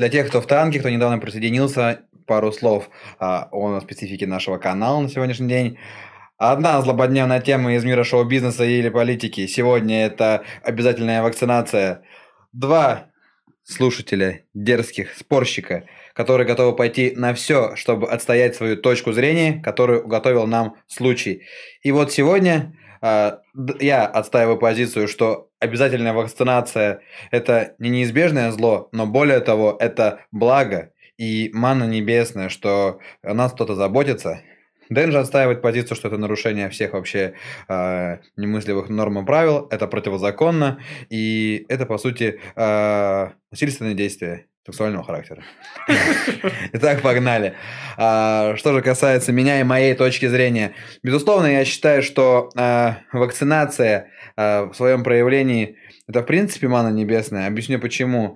Для тех, кто в танке, кто недавно присоединился, пару слов о специфике нашего канала на сегодняшний день. Одна злободневная тема из мира шоу-бизнеса или политики. Сегодня это обязательная вакцинация. Два слушателя, дерзких, спорщика, которые готовы пойти на все, чтобы отстоять свою точку зрения, которую уготовил нам случай. И вот сегодня я отстаиваю позицию, что обязательная вакцинация – это не неизбежное зло, но более того, это благо и манна небесная, что о нас кто-то заботится. Дэн же отстаивает позицию, что это нарушение всех вообще немыслимых норм и правил, это противозаконно, и это, по сути, насильственные действия сексуального характера. Итак, погнали. Что же касается меня и моей точки зрения, безусловно, я считаю, что вакцинация в своем проявлении – это, в принципе, манна небесная. Объясню, почему.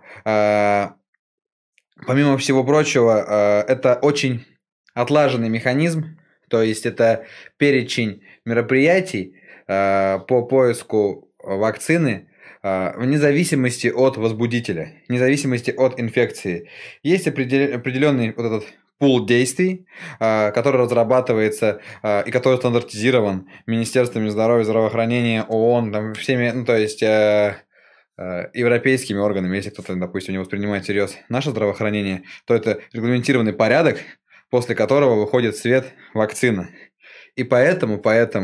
Помимо всего прочего, это очень отлаженный механизм, то есть это перечень мероприятий по поиску вакцины вне зависимости от возбудителя, вне зависимости от инфекции. Есть определенный вот этот пул действий, который разрабатывается и который стандартизирован Министерствами здоровья, здравоохранения, ООН, там, всеми, ну, то есть европейскими органами. Если кто-то, допустим, не воспринимает всерьез наше здравоохранение, то это регламентированный порядок, после которого выходит в свет вакцина. И поэтому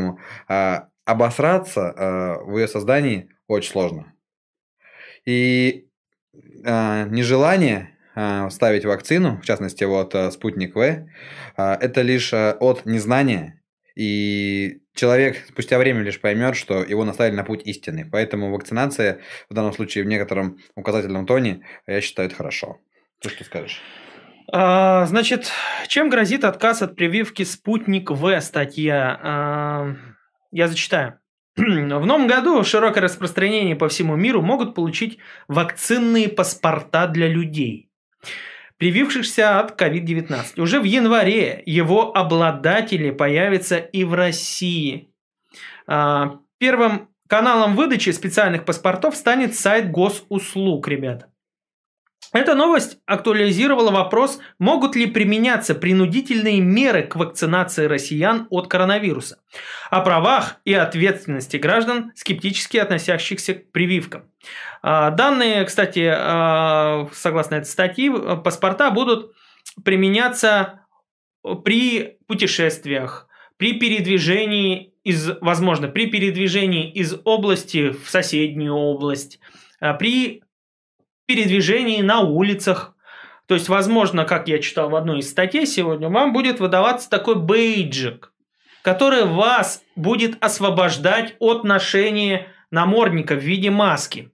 обосраться в ее создании очень сложно. И нежелание ставить вакцину, в частности, вот «Спутник В», это лишь от незнания. И человек спустя время лишь поймет, что его наставили на путь истины. Поэтому вакцинация, в данном случае в некотором указательном тоне, я считаю, это хорошо. Ты что скажешь? Значит, чем грозит отказ от прививки «Спутник В»? Статья. Я зачитаю. В новом году широкое распространение по всему миру могут получить вакцинные паспорта для людей, привившихся от COVID-19. Уже в январе его обладатели появятся и в России. Первым каналом выдачи специальных паспортов станет сайт госуслуг, ребята. Эта новость актуализировала вопрос, могут ли применяться принудительные меры к вакцинации россиян от коронавируса, о правах и ответственности граждан, скептически относящихся к прививкам. Данные, кстати, согласно этой статье, паспорта будут применяться при путешествиях, при передвижении при передвижении из области в соседнюю область, при передвижении на улицах. То есть, возможно, как я читал в одной из статей сегодня, вам будет выдаваться такой бейджик, который вас будет освобождать от ношения намордника в виде маски.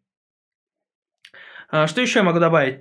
Что еще я могу добавить?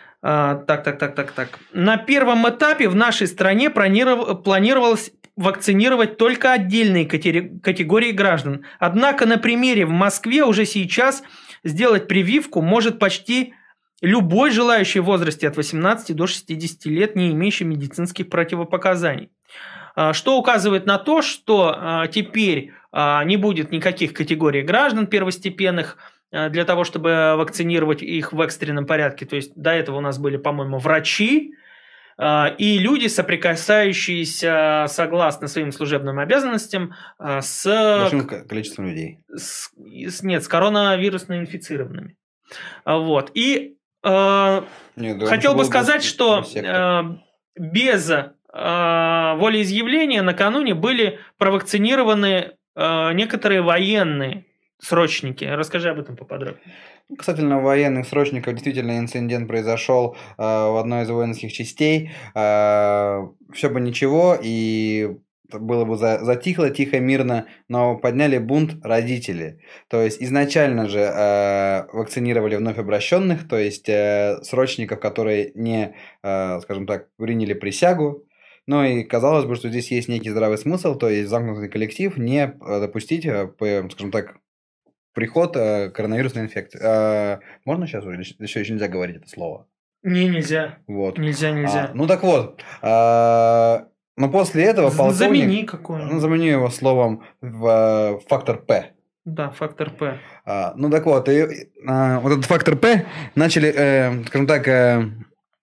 Так. На первом этапе в нашей стране планировалось вакцинировать только отдельные категории граждан. Однако на примере в Москве уже сейчас сделать прививку может почти любой желающий в возрасте от 18 до 60 лет, не имеющий медицинских противопоказаний. Что указывает на то, что теперь не будет никаких категорий граждан первостепенных для того, чтобы вакцинировать их в экстренном порядке. То есть до этого у нас были, по-моему, врачи и люди, соприкасающиеся согласно своим служебным обязанностям с большим количеством людей. С коронавирусно инфицированными. Вот. И хотел бы сказать, что без волеизъявления накануне были провакцинированы некоторые военные срочники. Расскажи об этом поподробнее. Касательно военных срочников, действительно инцидент произошел в одной из воинских частей. Все бы ничего, и было бы затихло, тихо, мирно, но подняли бунт родители. То есть изначально же вакцинировали вновь обращенных, то есть срочников, которые не, скажем так, приняли присягу. Ну и казалось бы, что здесь есть некий здравый смысл, то есть замкнутый коллектив не допустить, скажем так, приход коронавирусной инфекции. Можно сейчас уже? Еще нельзя говорить это слово. Нельзя. Вот. Нельзя. Ну так вот. Но после этого полковник... Замени какое-нибудь. Заменю его словом в фактор П. Да, фактор П. Ну так вот. Вот этот фактор П начали, скажем так,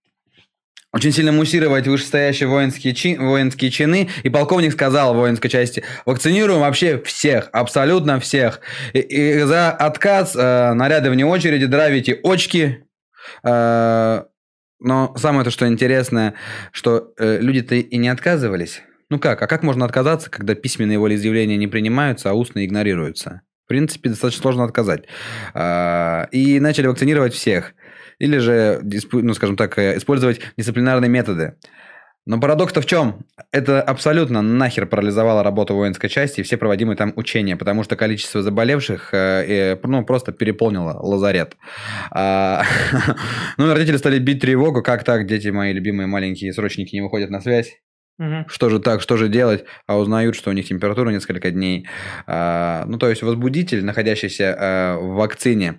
очень сильно муссировать вышестоящие воинские чины, и полковник сказал в воинской части: вакцинируем вообще всех, абсолютно всех. И за отказ наряды вне очереди, дравите очки. Но самое то, что интересное, что люди-то и не отказывались. Ну как? А как можно отказаться, когда письменные волеизъявления не принимаются, а устные игнорируются? В принципе, достаточно сложно отказать. И начали вакцинировать всех. Или же, ну, скажем так, использовать дисциплинарные методы. Но парадокс-то в чем? Это абсолютно нахер парализовало работу воинской части и все проводимые там учения, потому что количество заболевших просто переполнило лазарет. Ну, родители стали бить тревогу, как так, дети мои любимые маленькие срочники не выходят на связь. Что же так, что же делать? А узнают, что у них температура несколько дней. Ну, то есть возбудитель, находящийся в вакцине,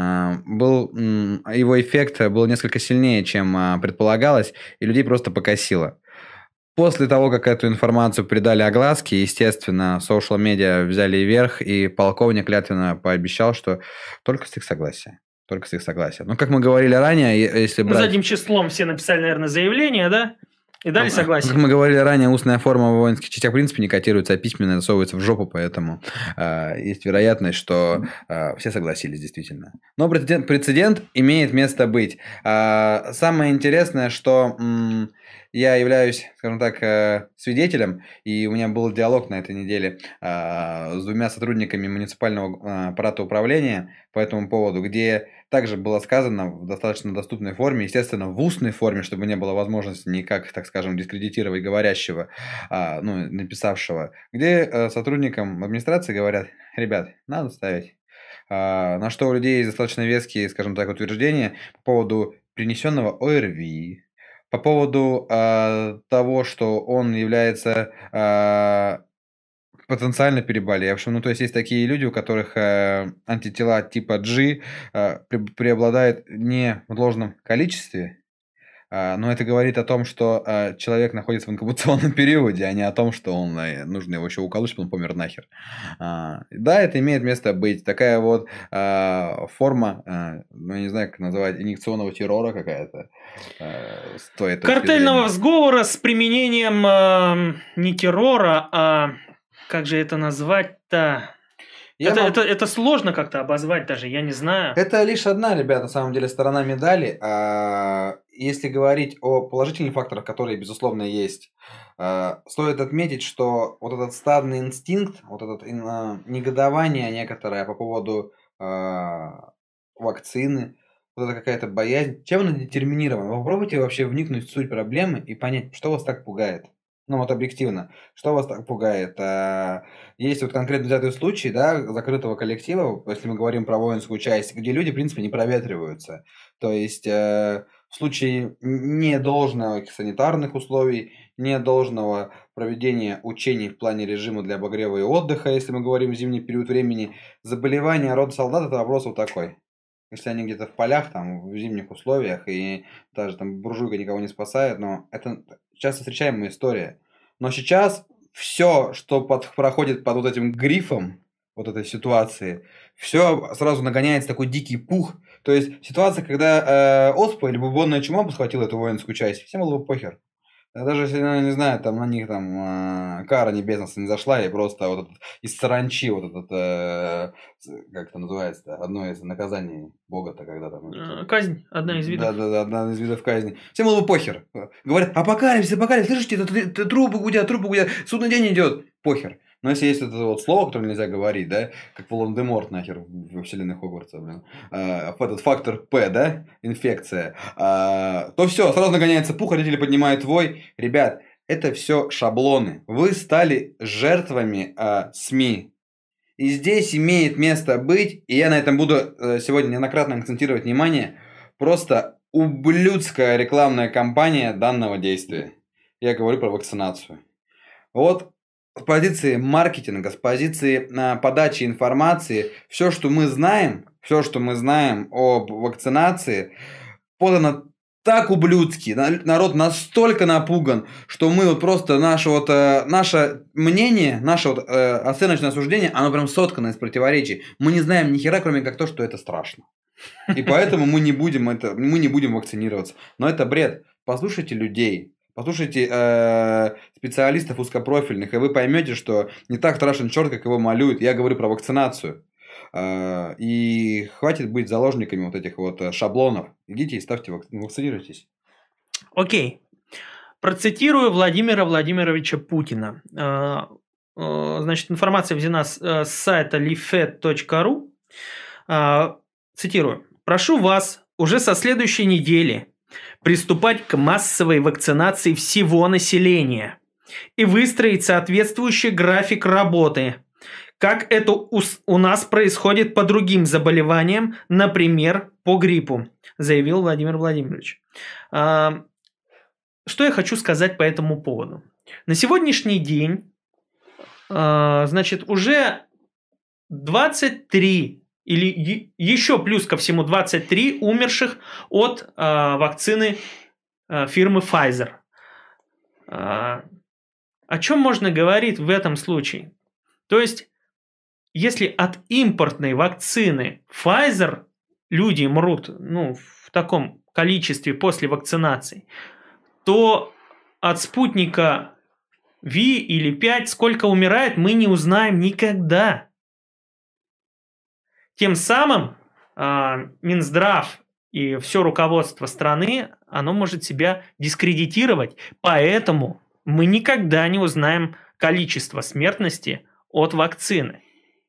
его эффект был несколько сильнее, чем предполагалось, и людей просто покосило. После того, как эту информацию придали огласке, естественно, социал-медиа взяли вверх, и полковник клятвенно пообещал, что только с их согласия. Только с их согласия. Но, как мы говорили ранее, если брать... Задним числом все написали, наверное, заявление, да? И дали согласие. Как мы говорили ранее, устная форма в воинских частях в принципе не котируется, а письменная засовывается в жопу, поэтому есть вероятность, что все согласились действительно. Но прецедент имеет место быть. Самое интересное, что я являюсь, скажем так, свидетелем, и у меня был диалог на этой неделе с двумя сотрудниками муниципального аппарата управления по этому поводу, где также было сказано в достаточно доступной форме, естественно, в устной форме, чтобы не было возможности никак, так скажем, дискредитировать говорящего, написавшего, где сотрудникам администрации говорят: ребят, надо ставить. На что у людей есть достаточно веские, скажем так, утверждения по поводу принесенного ОРВИ, по поводу того, что он является потенциально переболевшим. Ну, то есть такие люди, у которых антитела типа G преобладают не в должном количестве, но это говорит о том, что человек находится в инкубационном периоде, а не о том, что нужно его еще уколоть, чтобы он помер нахер. Да, это имеет место быть. Такая вот форма, ну, я не знаю, как называть, инъекционного террора какая-то. Картельного сговора с применением не террора, а как же это назвать-то? Это сложно как-то обозвать даже, я не знаю. Это лишь одна, ребят, на самом деле, сторона медали. Если говорить о положительных факторах, которые, безусловно, есть, стоит отметить, что вот этот стадный инстинкт, вот это негодование некоторое по поводу вакцины, вот это какая-то боязнь, чем она детерминирована? Вы попробуйте вообще вникнуть в суть проблемы и понять, что вас так пугает. Ну вот объективно, что вас так пугает? Есть вот конкретно взятый случай, да, закрытого коллектива, если мы говорим про воинскую часть, где люди, в принципе, не проветриваются. То есть в случае недолжных санитарных условий, недолжного проведения учений в плане режима для обогрева и отдыха, если мы говорим в зимний период времени, заболевание рода солдат – это вопрос вот такой. Если они где-то в полях, там, в зимних условиях, и даже там буржуйка никого не спасает, но это часто встречаемая история. Но сейчас все, что проходит под вот этим грифом вот этой ситуации, все сразу нагоняется такой дикий пух. То есть ситуация, когда оспа или бубонная чума бы схватила эту воинскую часть, всем было бы похер. Даже если, не знаю, там на них там кара небесная не зашла, и просто вот этот, из саранчи, вот этот, как это называется, одно из наказаний Бога-то, когда там... Казнь, одна из видов. Да, одна из видов казни. Всем было бы похер. Говорят: апокалипсис, слышите, это трупы гудят, судный день идет. Похер. Но если есть это вот слово, которое нельзя говорить, да, как Волан-де-Морт нахер во вселенной Хогвартса, блин, этот фактор П, да, инфекция, то все, сразу нагоняется пух, родители поднимают вой. Ребят, это все шаблоны. Вы стали жертвами СМИ. И здесь имеет место быть, и я на этом буду сегодня неоднократно акцентировать внимание, просто ублюдская рекламная кампания данного действия. Я говорю про вакцинацию. Вот с позиции маркетинга, с позиции подачи информации, все, что мы знаем об вакцинации, подано так ублюдски, народ настолько напуган, что мы вот просто наше мнение, наше оценочное суждение, оно прям соткано из противоречий. Мы не знаем ни хера, кроме как то, что это страшно. И поэтому мы не будем вакцинироваться. Но это бред. послушайте людей, послушайте специалистов узкопрофильных, и вы поймете, что не так страшен черт, как его малюют. Я говорю про вакцинацию. И хватит быть заложниками вот этих вот шаблонов. Идите и вакцинируйтесь. Окей. Процитирую Владимира Владимировича Путина. Значит, информация взята с сайта leafed.ru. Цитирую. «Прошу вас уже со следующей недели приступать к массовой вакцинации всего населения и выстроить соответствующий график работы, как это у нас происходит по другим заболеваниям, например, по гриппу», заявил Владимир Владимирович. Что я хочу сказать по этому поводу? На сегодняшний день, значит, уже 23 или еще плюс ко всему 23 умерших от вакцины фирмы Pfizer. О чем можно говорить в этом случае? То есть, если от импортной вакцины Pfizer люди мрут в таком количестве после вакцинации, то от спутника V или 5 сколько умирает, мы не узнаем никогда. Тем самым Минздрав и все руководство страны, оно может себя дискредитировать. Поэтому мы никогда не узнаем количество смертности от вакцины.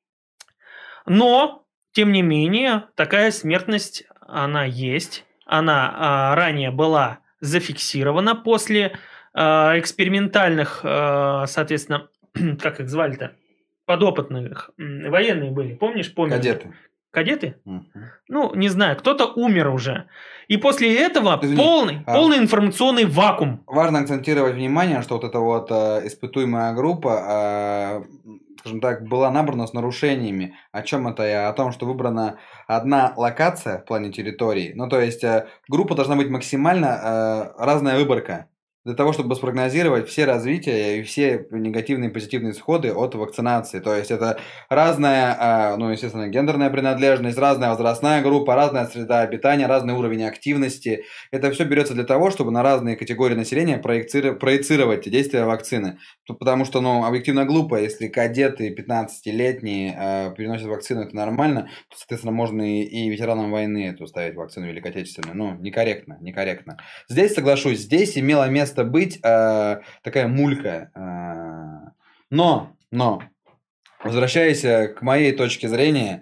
Но, тем не менее, такая смертность, она есть. Она ранее была зафиксирована после экспериментальных, соответственно, как их звали-то? Подопытных. Военные были, помнишь? Кадеты. Кадеты? Не знаю, кто-то умер уже. И после этого полный информационный вакуум. Важно акцентировать внимание, что вот эта вот испытуемая группа, скажем так, была набрана с нарушениями. О чем это я? О том, что выбрана одна локация в плане территории. То есть группа должна быть максимально разная выборка. Для того, чтобы спрогнозировать все развития и все негативные и позитивные исходы от вакцинации. То есть это разная, естественно, гендерная принадлежность, разная возрастная группа, разная среда обитания, разный уровень активности. Это все берется для того, чтобы на разные категории населения проецировать действия вакцины. Потому что, объективно глупо, если кадеты 15-летние переносят вакцину, это нормально, то, соответственно, можно и ветеранам войны эту ставить вакцину Великой Отечественной. Некорректно. Здесь соглашусь, здесь имело место быть такая мулька. Но, возвращаясь к моей точке зрения,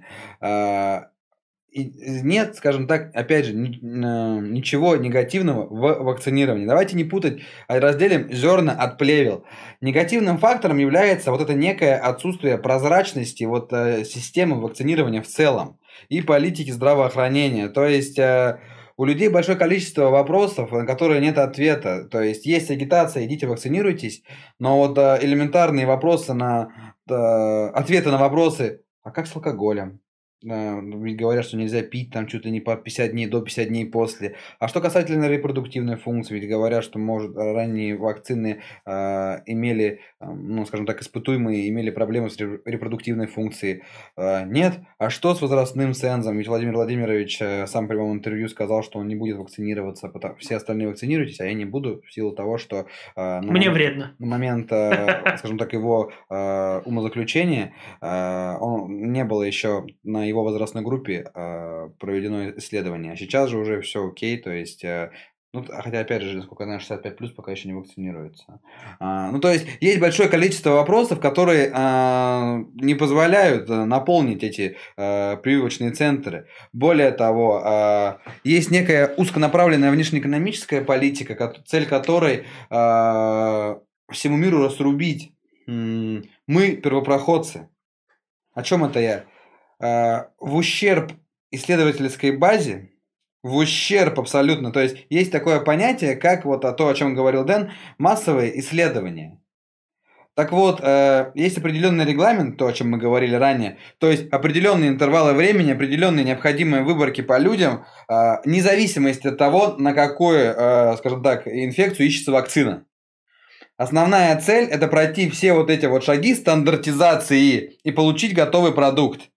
нет, скажем так, опять же, ничего негативного в вакцинировании. Давайте не путать, разделим зерна от плевел. Негативным фактором является вот это некое отсутствие прозрачности системы вакцинирования в целом и политики здравоохранения. То есть у людей большое количество вопросов, на которые нет ответа. То есть агитация, идите вакцинируйтесь, но элементарные вопросы ответы на вопросы, а как с алкоголем? Говорят, что нельзя пить там чуть ли не по 50 дней, до 50 дней после. А что касательно репродуктивной функции, ведь говорят, что, ранние вакцины имели, скажем так, испытуемые имели проблемы с репродуктивной функцией. Нет. А что с возрастным цензом? Ведь Владимир Владимирович сам в прямом интервью сказал, что он не будет вакцинироваться. Все остальные вакцинируйтесь, а я не буду в силу того, что мне вредно. На момент, скажем так, его умозаключения не было еще на его возрастной группе проведено исследование. А сейчас же уже все окей, то есть, хотя, опять же, насколько я знаю, 65+, пока еще не вакцинируется. То есть большое количество вопросов, которые не позволяют наполнить эти прививочные центры. Более того, есть некая узконаправленная внешнеэкономическая политика, цель которой всему миру расрубить. Мы первопроходцы. О чем это я? В ущерб исследовательской базе, в ущерб абсолютно. То есть такое понятие, как то, о чем говорил Дэн, массовые исследования. Так вот, есть определенный регламент, то, о чем мы говорили ранее, то есть определенные интервалы времени, определенные необходимые выборки по людям, вне зависимости от того, на какую, скажем так, инфекцию ищется вакцина. Основная цель – это пройти все эти шаги стандартизации и получить готовый продукт.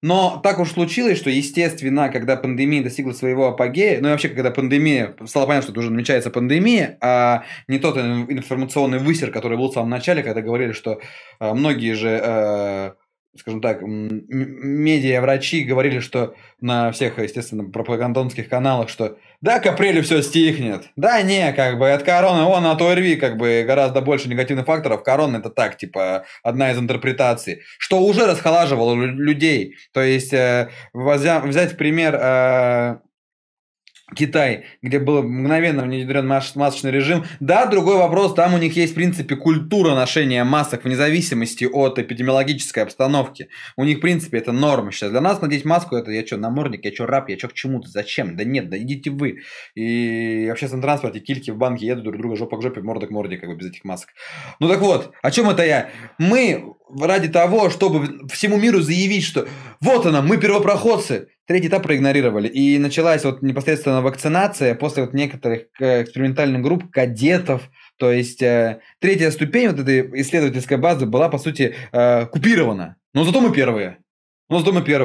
Но так уж случилось, что, естественно, когда пандемия достигла своего апогея, ну и вообще, когда пандемия, стало понятно, что уже намечается пандемия, а не тот информационный высер, который был в самом начале, когда говорили, что многие же, скажем так, медиа-врачи говорили, что на всех, естественно, пропагандонских каналах, что да, к апрелю все стихнет. Да, не, как бы от короны, вон от ОРВИ, как бы гораздо больше негативных факторов. Корона это так, типа, одна из интерпретаций. Что уже расхолаживало людей. То есть, взять в пример Китай, где был мгновенно внедрен масочный режим. Да, другой вопрос, там у них есть, в принципе, культура ношения масок вне зависимости от эпидемиологической обстановки. У них, в принципе, это норма сейчас. Для нас надеть маску, это я что, намордник, я что, раб, я что, к чему-то, зачем? Да нет, да идите вы. И в общественном транспорте кильки в банке едут друг друга жопа к жопе, морда к морде, как бы без этих масок. Ну так вот, о чем это я? Мы ради того, чтобы всему миру заявить, что вот она, мы первопроходцы, третий этап проигнорировали. И началась вот непосредственно вакцинация после вот некоторых экспериментальных групп, кадетов. То есть третья ступень вот этой исследовательской базы была, по сути, купирована. Но зато мы первые. Но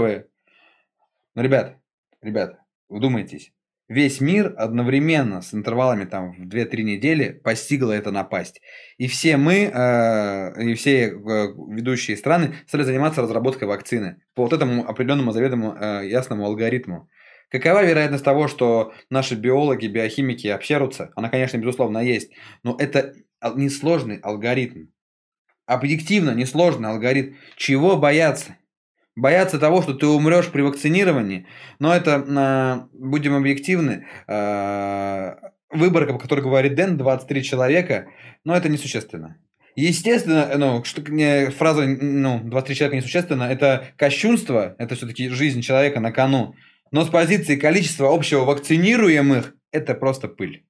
ребят, вдумайтесь. Весь мир одновременно с интервалами там в 2-3 недели постигла эта напасть. И все мы, и все ведущие страны стали заниматься разработкой вакцины по вот этому определенному заведомо ясному алгоритму. Какова вероятность того, что наши биологи, биохимики обсерутся? Она, конечно, безусловно, есть. Но это несложный алгоритм. Объективно несложный алгоритм. Чего бояться? Бояться того, что ты умрешь при вакцинировании, но это, будем объективны, выборка, по которой говорит Дэн, 23 человека, но это несущественно. Естественно, фраза 23 человека несущественно, это кощунство, это все-таки жизнь человека на кону, но с позиции количества общего вакцинируемых, это просто пыль.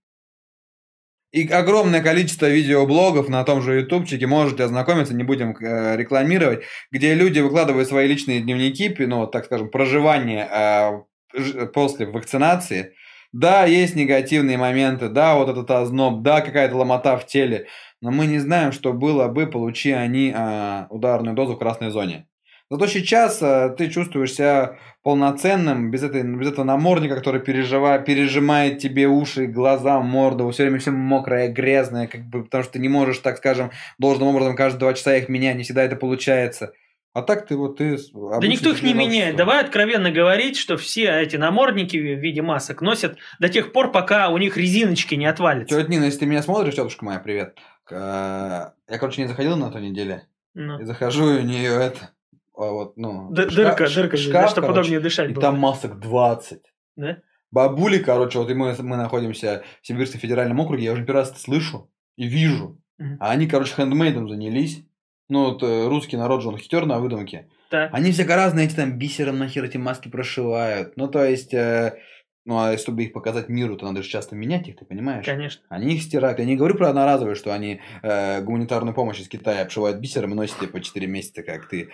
И огромное количество видеоблогов на том же ютубчике, можете ознакомиться, не будем рекламировать, где люди выкладывают свои личные дневники, ну, так скажем, проживание после вакцинации. Да, есть негативные моменты, да, вот этот озноб, да, какая-то ломота в теле, но мы не знаем, что было бы, получи они ударную дозу в красной зоне. Зато сейчас ты чувствуешь себя полноценным, без этого намордника, который пережимает тебе уши, глаза, морду, все время все мокрое, грязное, как бы, потому что ты не можешь, так скажем, должным образом каждые 2 часа их менять, не всегда это получается. А так ты вот ты... Да никто их не меняет. Давай откровенно говорить, что все эти намордники в виде масок носят до тех пор, пока у них резиночки не отвалятся. Тетя Нина, если ты меня смотришь, тетушка моя, привет. Я, короче, не заходил на той неделе. И захожу, и у нее это... Вот, дырка, шкаф, чтобы удобнее дышать и было. Там масок 20. Да? Бабули, короче, вот и мы находимся в Сибирском федеральном округе, я уже первый раз это слышу и вижу. А они, короче, хендмейдом занялись. Ну, вот русский народ же, он хитер на выдумке. Так. Они всяко разные, эти там бисером нахер эти маски прошивают. Ну, то есть... а чтобы их показать миру, то надо же часто менять их, ты понимаешь? Конечно. Они их стирают. Я не говорю про одноразовые, что они гуманитарную помощь из Китая обшивают бисером и носят по 4 месяца, как ты.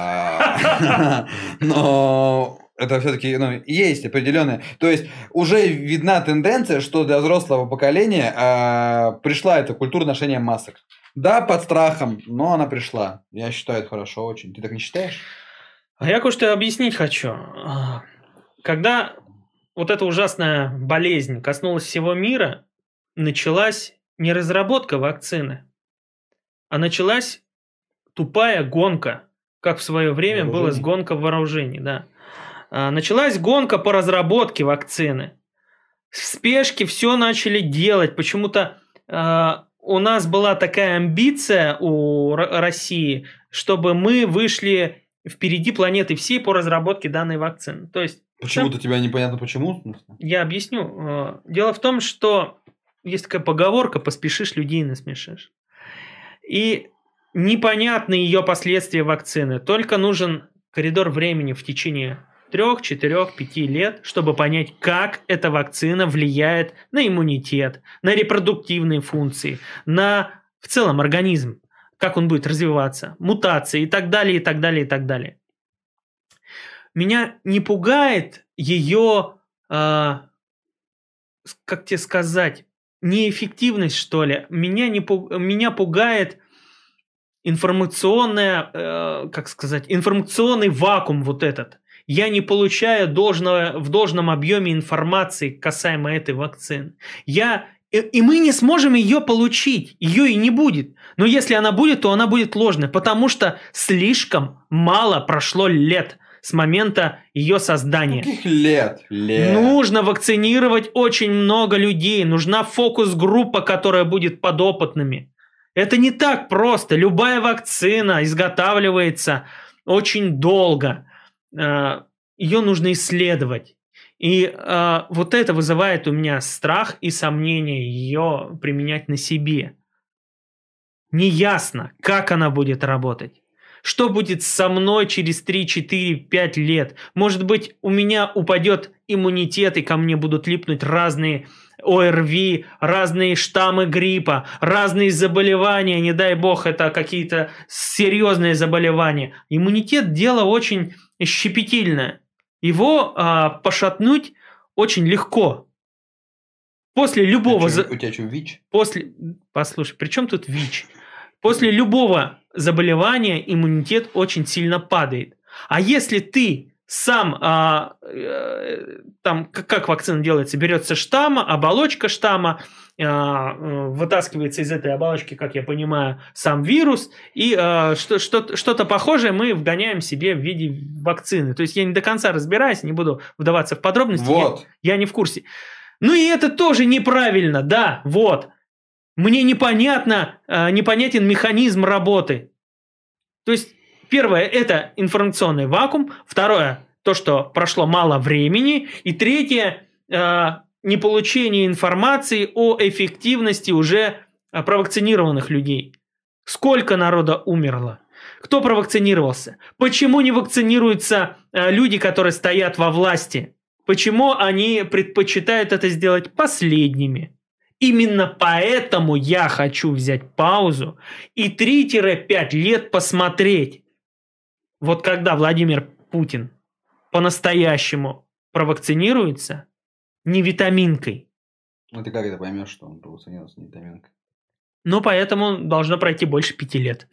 Но это все-таки есть определенная... То есть уже видна тенденция, что для взрослого поколения пришла эта культура ношения масок. Да, под страхом, но она пришла. Я считаю, это хорошо очень. Ты так не считаешь? А я кое-что объяснить хочу. Когда... вот эта ужасная болезнь коснулась всего мира, началась не разработка вакцины, а началась тупая гонка, как в свое время была гонка вооружений. Да. Началась гонка по разработке вакцины. В спешке все начали делать. Почему-то у нас была такая амбиция у России, чтобы мы вышли впереди планеты всей по разработке данной вакцины. То есть почему-то тебе непонятно почему? Я объясню. Дело в том, что есть такая поговорка: поспешишь, людей насмешишь. И непонятны ее последствия вакцины. Только нужен коридор времени в течение 3, 4, 5 лет, чтобы понять, как эта вакцина влияет на иммунитет, на репродуктивные функции, на в целом организм, как он будет развиваться, мутации и так далее, и так далее, и так далее. Меня не пугает ее, как тебе сказать, неэффективность, что ли. Меня пугает информационный вакуум вот этот. я не получаю в должном объеме информации касаемо этой вакцины. И мы не сможем ее получить, ее и не будет. Но если она будет, то она будет ложной, потому что слишком мало прошло лет с момента ее создания. Каких лет? Нужно вакцинировать очень много людей, нужна фокус-группа, которая будет подопытными. Это не так просто. Любая вакцина изготавливается очень долго. Ее нужно исследовать. И вот это вызывает у меня страх и сомнение ее применять на себе. Неясно, как она будет работать. Что будет со мной через 3, 4, 5 лет? Может быть, у меня упадет иммунитет, и ко мне будут липнуть разные ОРВИ, разные штаммы гриппа, разные заболевания, не дай бог, это какие-то серьезные заболевания. Иммунитет – дело очень щепетильное. Его пошатнуть очень легко. После любого... У тебя что, ВИЧ? Послушай, при чем тут ВИЧ? После любого заболевания иммунитет очень сильно падает. А если ты сам, там, как вакцина делается, берется штамма, оболочка штамма, вытаскивается из этой оболочки, как я понимаю, сам вирус, и что-то похожее мы вгоняем себе в виде вакцины. То есть я не до конца разбираюсь, не буду вдаваться в подробности, вот. я не в курсе. Ну и это тоже неправильно, да, вот. Мне непонятен механизм работы. То есть, первое, это информационный вакуум. Второе, то, что прошло мало времени. И третье, неполучение информации о эффективности уже провакцинированных людей. Сколько народа умерло? Кто провакцинировался? Почему не вакцинируются люди, которые стоят во власти? Почему они предпочитают это сделать последними? Именно поэтому я хочу взять паузу и 3-5 лет посмотреть, вот когда Владимир Путин по-настоящему провакцинируется не витаминкой. Ну ты как это поймешь, что он провакцинировался не витаминкой? Ну, поэтому должно пройти больше 5 лет.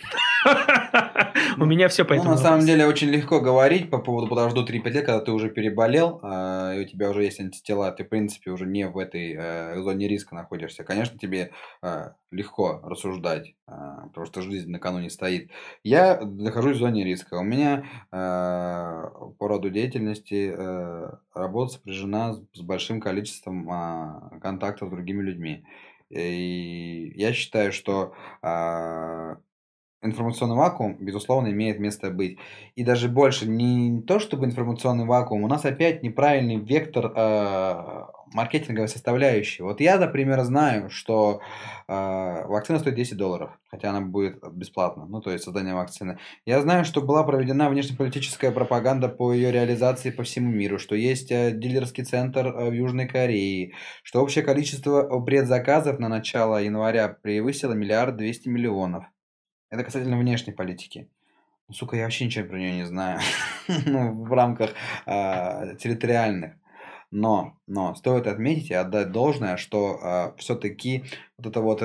У меня все по этому. На самом деле очень легко говорить по поводу подожду 3-5 лет, когда ты уже переболел, и у тебя уже есть антитела, ты в принципе уже не в этой зоне риска находишься. Конечно, тебе легко рассуждать, потому что жизнь на кону не стоит. Я нахожусь в зоне риска. У меня по роду деятельности работа сопряжена с большим количеством контактов с другими людьми. И я считаю, что информационный вакуум, безусловно, имеет место быть. И даже больше, не то чтобы информационный вакуум, у нас опять неправильный вектор маркетинговой составляющей. Вот я, например, знаю, что вакцина стоит $10, хотя она будет бесплатна, ну, то есть создание вакцины. Я знаю, что была проведена внешнеполитическая пропаганда по ее реализации по всему миру, что есть дилерский центр в Южной Корее, что общее количество предзаказов на начало января превысило 1 200 000 000. Это касательно внешней политики. Ну, сука, я вообще ничего про нее не знаю. Ну, в рамках территориальных. Но стоит отметить и отдать должное, что все-таки вот эта вот,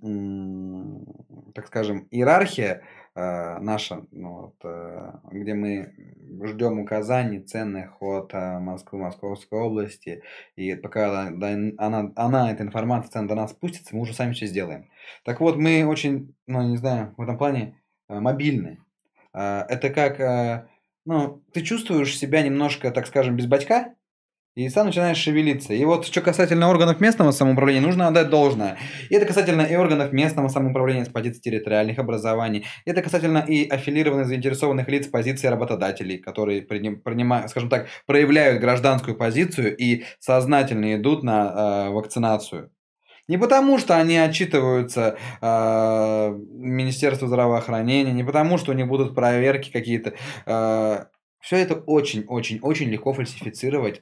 так скажем, иерархия наша, ну, вот, где мы ждем указаний ценных от Москвы, Московской области, и пока она эта информация ценная до нас спустится, мы уже сами все сделаем. Так вот, мы очень, ну, не знаю, в этом плане мобильны. Это как, ну, ты чувствуешь себя немножко, так скажем, без бачка, и сам начинаешь шевелиться. И вот что касательно органов местного самоуправления, нужно отдать должное. И это касательно и органов местного самоуправления с позиции территориальных образований. И это касательно и аффилированных заинтересованных лиц с позиции работодателей, которые принимают, скажем так, проявляют гражданскую позицию и сознательно идут на вакцинацию. Не потому, что они отчитываются Министерству здравоохранения, не потому, что у них будут проверки какие-то. Все это очень легко фальсифицировать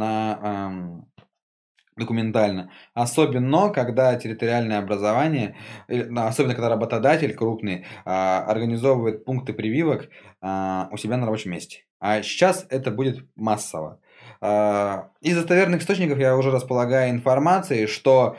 документально. Особенно, когда территориальное образование, особенно когда работодатель крупный организовывает пункты прививок у себя на рабочем месте. А сейчас это будет массово. Из достоверных источников я уже располагаю информацией, что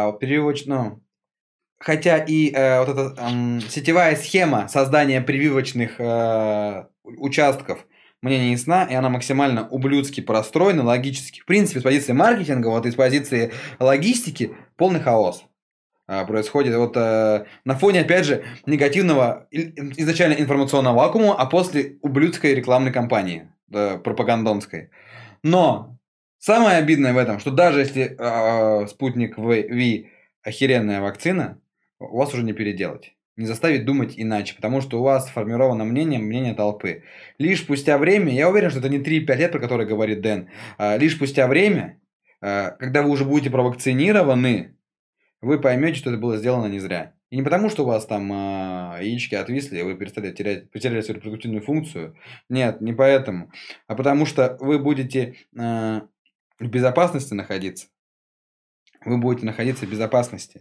хотя и вот эта сетевая схема создания прививочных участков мне не ясна, и она максимально ублюдски простроена, логически. В принципе, с позиции маркетинга, вот и с позиции логистики, полный хаос происходит вот на фоне, опять же, негативного изначально информационного вакуума, а после ублюдской рекламной кампании, пропагандонской. Но самое обидное в этом, что даже если спутник V охеренная вакцина, у вас уже не переделать. Не заставить думать иначе, потому что у вас сформировано мнение толпы. Лишь спустя время, я уверен, что это не 3-5 лет, про которые говорит Дэн, лишь спустя время, когда вы уже будете провакцинированы, вы поймете, что это было сделано не зря. И не потому, что у вас там яички отвисли, и вы потеряли свою репродуктивную функцию. Нет, не поэтому. А потому что вы будете в безопасности находиться. Вы будете находиться в безопасности.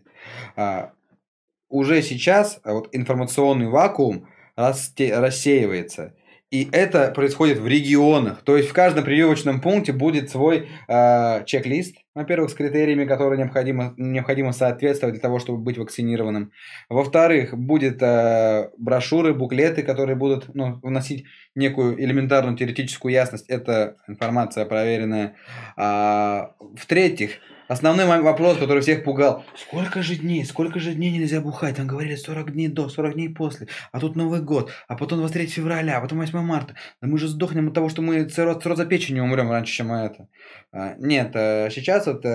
Уже сейчас вот информационный вакуум рассеивается. И это происходит в регионах. То есть в каждом прививочном пункте будет свой чек-лист, во-первых, с критериями, которые необходимо соответствовать для того, чтобы быть вакцинированным. Во-вторых, будет брошюры, буклеты, которые будут вносить некую элементарную теоретическую ясность. Это информация проверенная. В-третьих, основной вопрос, который всех пугал. Сколько же дней нельзя бухать? Там говорили 40 дней до, 40 дней после. А тут Новый год, а потом 23 февраля, а потом 8 марта. Да мы же сдохнем от того, что мы цирроза печени умрем раньше, чем это. Нет, сейчас вот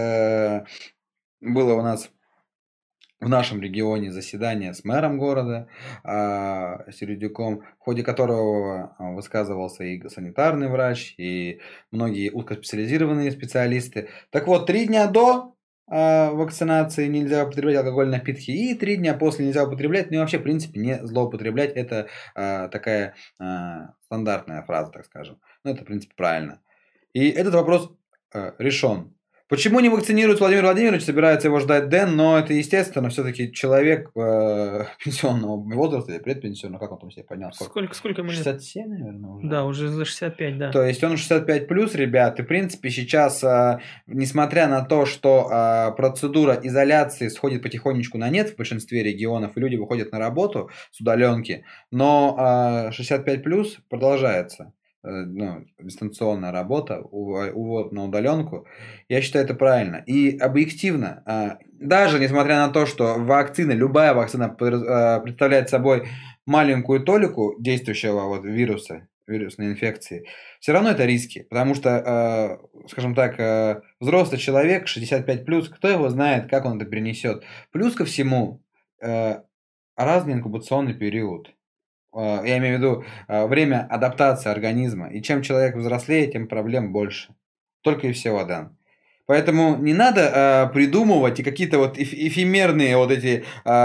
было у нас в нашем регионе заседание с мэром города Середюком, в ходе которого высказывался и санитарный врач, и многие узкоспециализированные специалисты. Так вот, 3 дня до вакцинации нельзя употреблять алкогольные напитки, и 3 дня после нельзя употреблять, ну и вообще, в принципе, не злоупотреблять. Это такая стандартная фраза, так скажем. Ну, это, в принципе, правильно. И этот вопрос решен. Почему не вакцинируют Владимир Владимирович, собирается его ждать Дэн, но это, естественно, все-таки человек пенсионного возраста или предпенсионного, как он там себе поднял? Сколько ему лет? 67, наверное, уже. Да, уже за 65, да. То есть он 65 плюс, ребят, и в принципе сейчас, несмотря на то, что процедура изоляции сходит потихонечку на нет в большинстве регионов, и люди выходят на работу с удаленки, но 65 плюс продолжается. Дистанционная работа, увод на удаленку, я считаю, это правильно. И объективно, даже несмотря на то, что любая вакцина представляет собой маленькую толику действующего вируса, вирусной инфекции, все равно это риски, потому что, скажем так, взрослый человек, 65+, кто его знает, как он это перенесет. Плюс ко всему, разный инкубационный период. Я имею в виду время адаптации организма. И чем человек взрослеет, тем проблем больше. Только и всего, Дэн. Поэтому не надо придумывать и какие-то эфемерные эти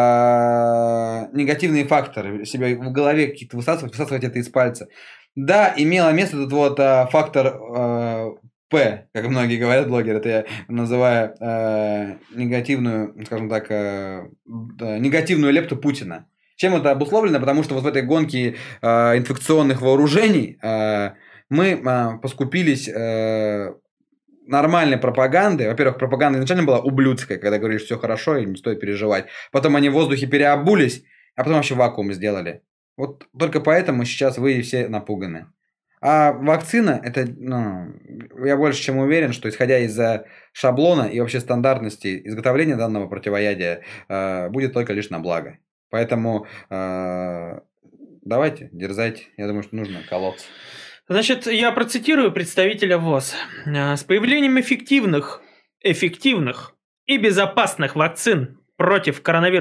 негативные факторы себе в голове какие-то высасывать это из пальца. Да, имело место этот фактор П, как многие говорят блогеры, это я называю негативную, скажем так, негативную лепту Путина. Чем это обусловлено? Потому что в этой гонке инфекционных вооружений мы поскупились нормальной пропаганды. Во-первых, пропаганда изначально была ублюдская, когда говорили, что все хорошо и не стоит переживать. Потом они в воздухе переобулись, а потом вообще вакуум сделали. Вот только поэтому сейчас вы все напуганы. А вакцина, это, я больше чем уверен, что исходя из шаблона и вообще стандартности изготовления данного противоядия, будет только лишь на благо. Поэтому давайте, дерзайте. Я думаю, что нужно колоться. Значит, я процитирую представителя ВОЗ. С появлением эффективных и безопасных вакцин против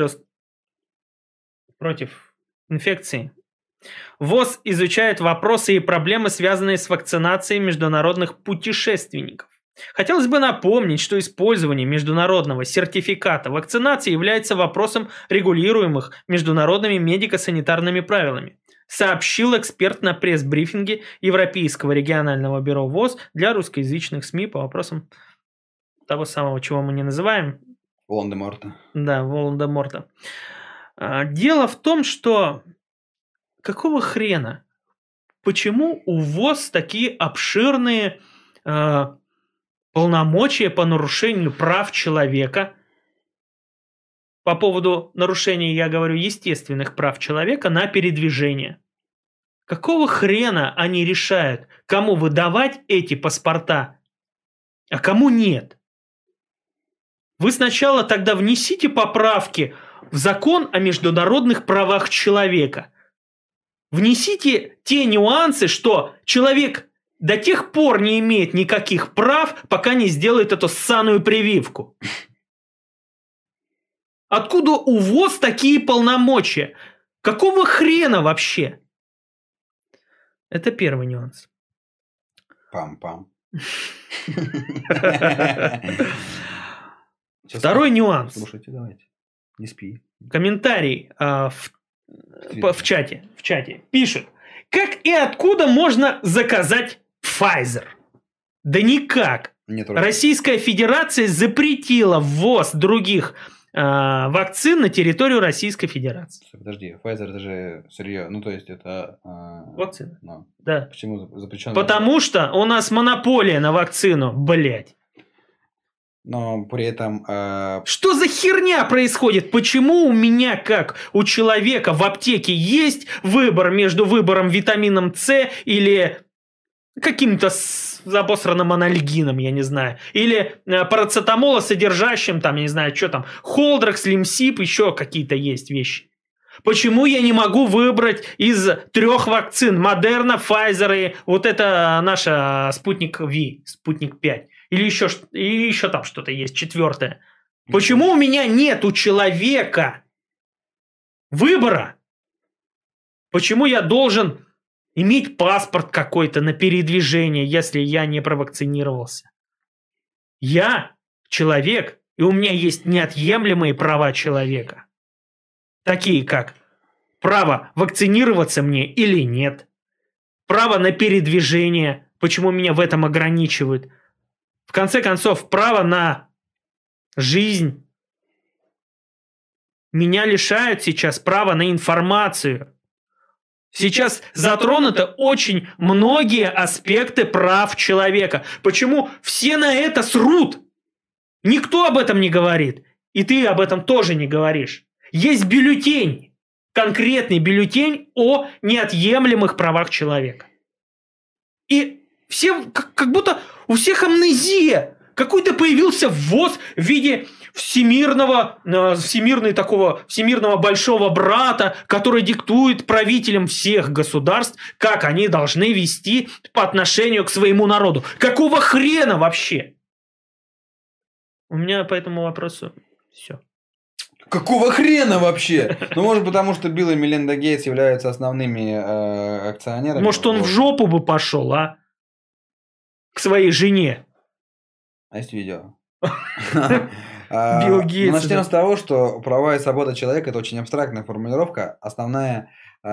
инфекции, ВОЗ изучает вопросы и проблемы, связанные с вакцинацией международных путешественников. Хотелось бы напомнить, что использование международного сертификата вакцинации является вопросом, регулируемых международными медико-санитарными правилами, сообщил эксперт на пресс-брифинге Европейского регионального бюро ВОЗ для русскоязычных СМИ по вопросам того самого, чего мы не называем. Волан-де-Морта. Да, Волан-де-Морта. Дело в том, что какого хрена? Почему у ВОЗ такие обширные полномочия по нарушению прав человека? По поводу нарушения, я говорю, естественных прав человека на передвижение. Какого хрена они решают, кому выдавать эти паспорта, а кому нет? Вы сначала тогда внесите поправки в закон о международных правах человека. Внесите те нюансы, что человек до тех пор не имеет никаких прав, пока не сделает эту ссаную прививку. Откуда у ВОЗ такие полномочия? Какого хрена вообще? Это первый нюанс. Пам-пам. Второй нюанс. Слушайте, давайте. Не спи. Комментарий в чате. Пишет. Как и откуда можно заказать Pfizer? Да никак. Российская Федерация запретила ввоз других вакцин на территорию Российской Федерации. Подожди, Pfizer это же сырье. Ну, то есть это... Вакцина. No. Да. Почему запрещено? Потому что у нас монополия на вакцину, блядь. Но при этом... Что за херня происходит? Почему у меня, как у человека в аптеке, есть выбор между выбором витамином С или каким-то обосранным анальгином, я не знаю. Или парацетамола, содержащим, там, я не знаю, что там, Холдрекс, Лимсип, еще какие-то есть вещи. Почему я не могу выбрать из 3 вакцин? Модерна, Pfizer и вот это наша Спутник V, Спутник 5. Или еще там что-то есть, 4. Почему у меня нет у человека выбора? Почему я должен иметь паспорт какой-то на передвижение, если я не провакцинировался? Я человек, и у меня есть неотъемлемые права человека. Такие как право вакцинироваться мне или нет, право на передвижение, почему меня в этом ограничивают, в конце концов, право на жизнь. Меня лишают сейчас права на информацию. Сейчас затронуты очень многие аспекты прав человека. Почему все на это срут? Никто об этом не говорит. И ты об этом тоже не говоришь. Есть бюллетень, конкретный бюллетень о неотъемлемых правах человека. И все, как будто у всех амнезия. Какой-то появился ВОЗ в виде всемирного большого брата, который диктует правителям всех государств, как они должны вести по отношению к своему народу. Какого хрена вообще? У меня по этому вопросу все. Какого хрена вообще? Ну, может, потому что Билл и Мелинда Гейтс являются основными акционерами. Может, он в жопу бы пошел, а? К своей жене. А есть видео? Билл Гейтс. Начнем с того, что права и свобода человека – это очень абстрактная формулировка. Основной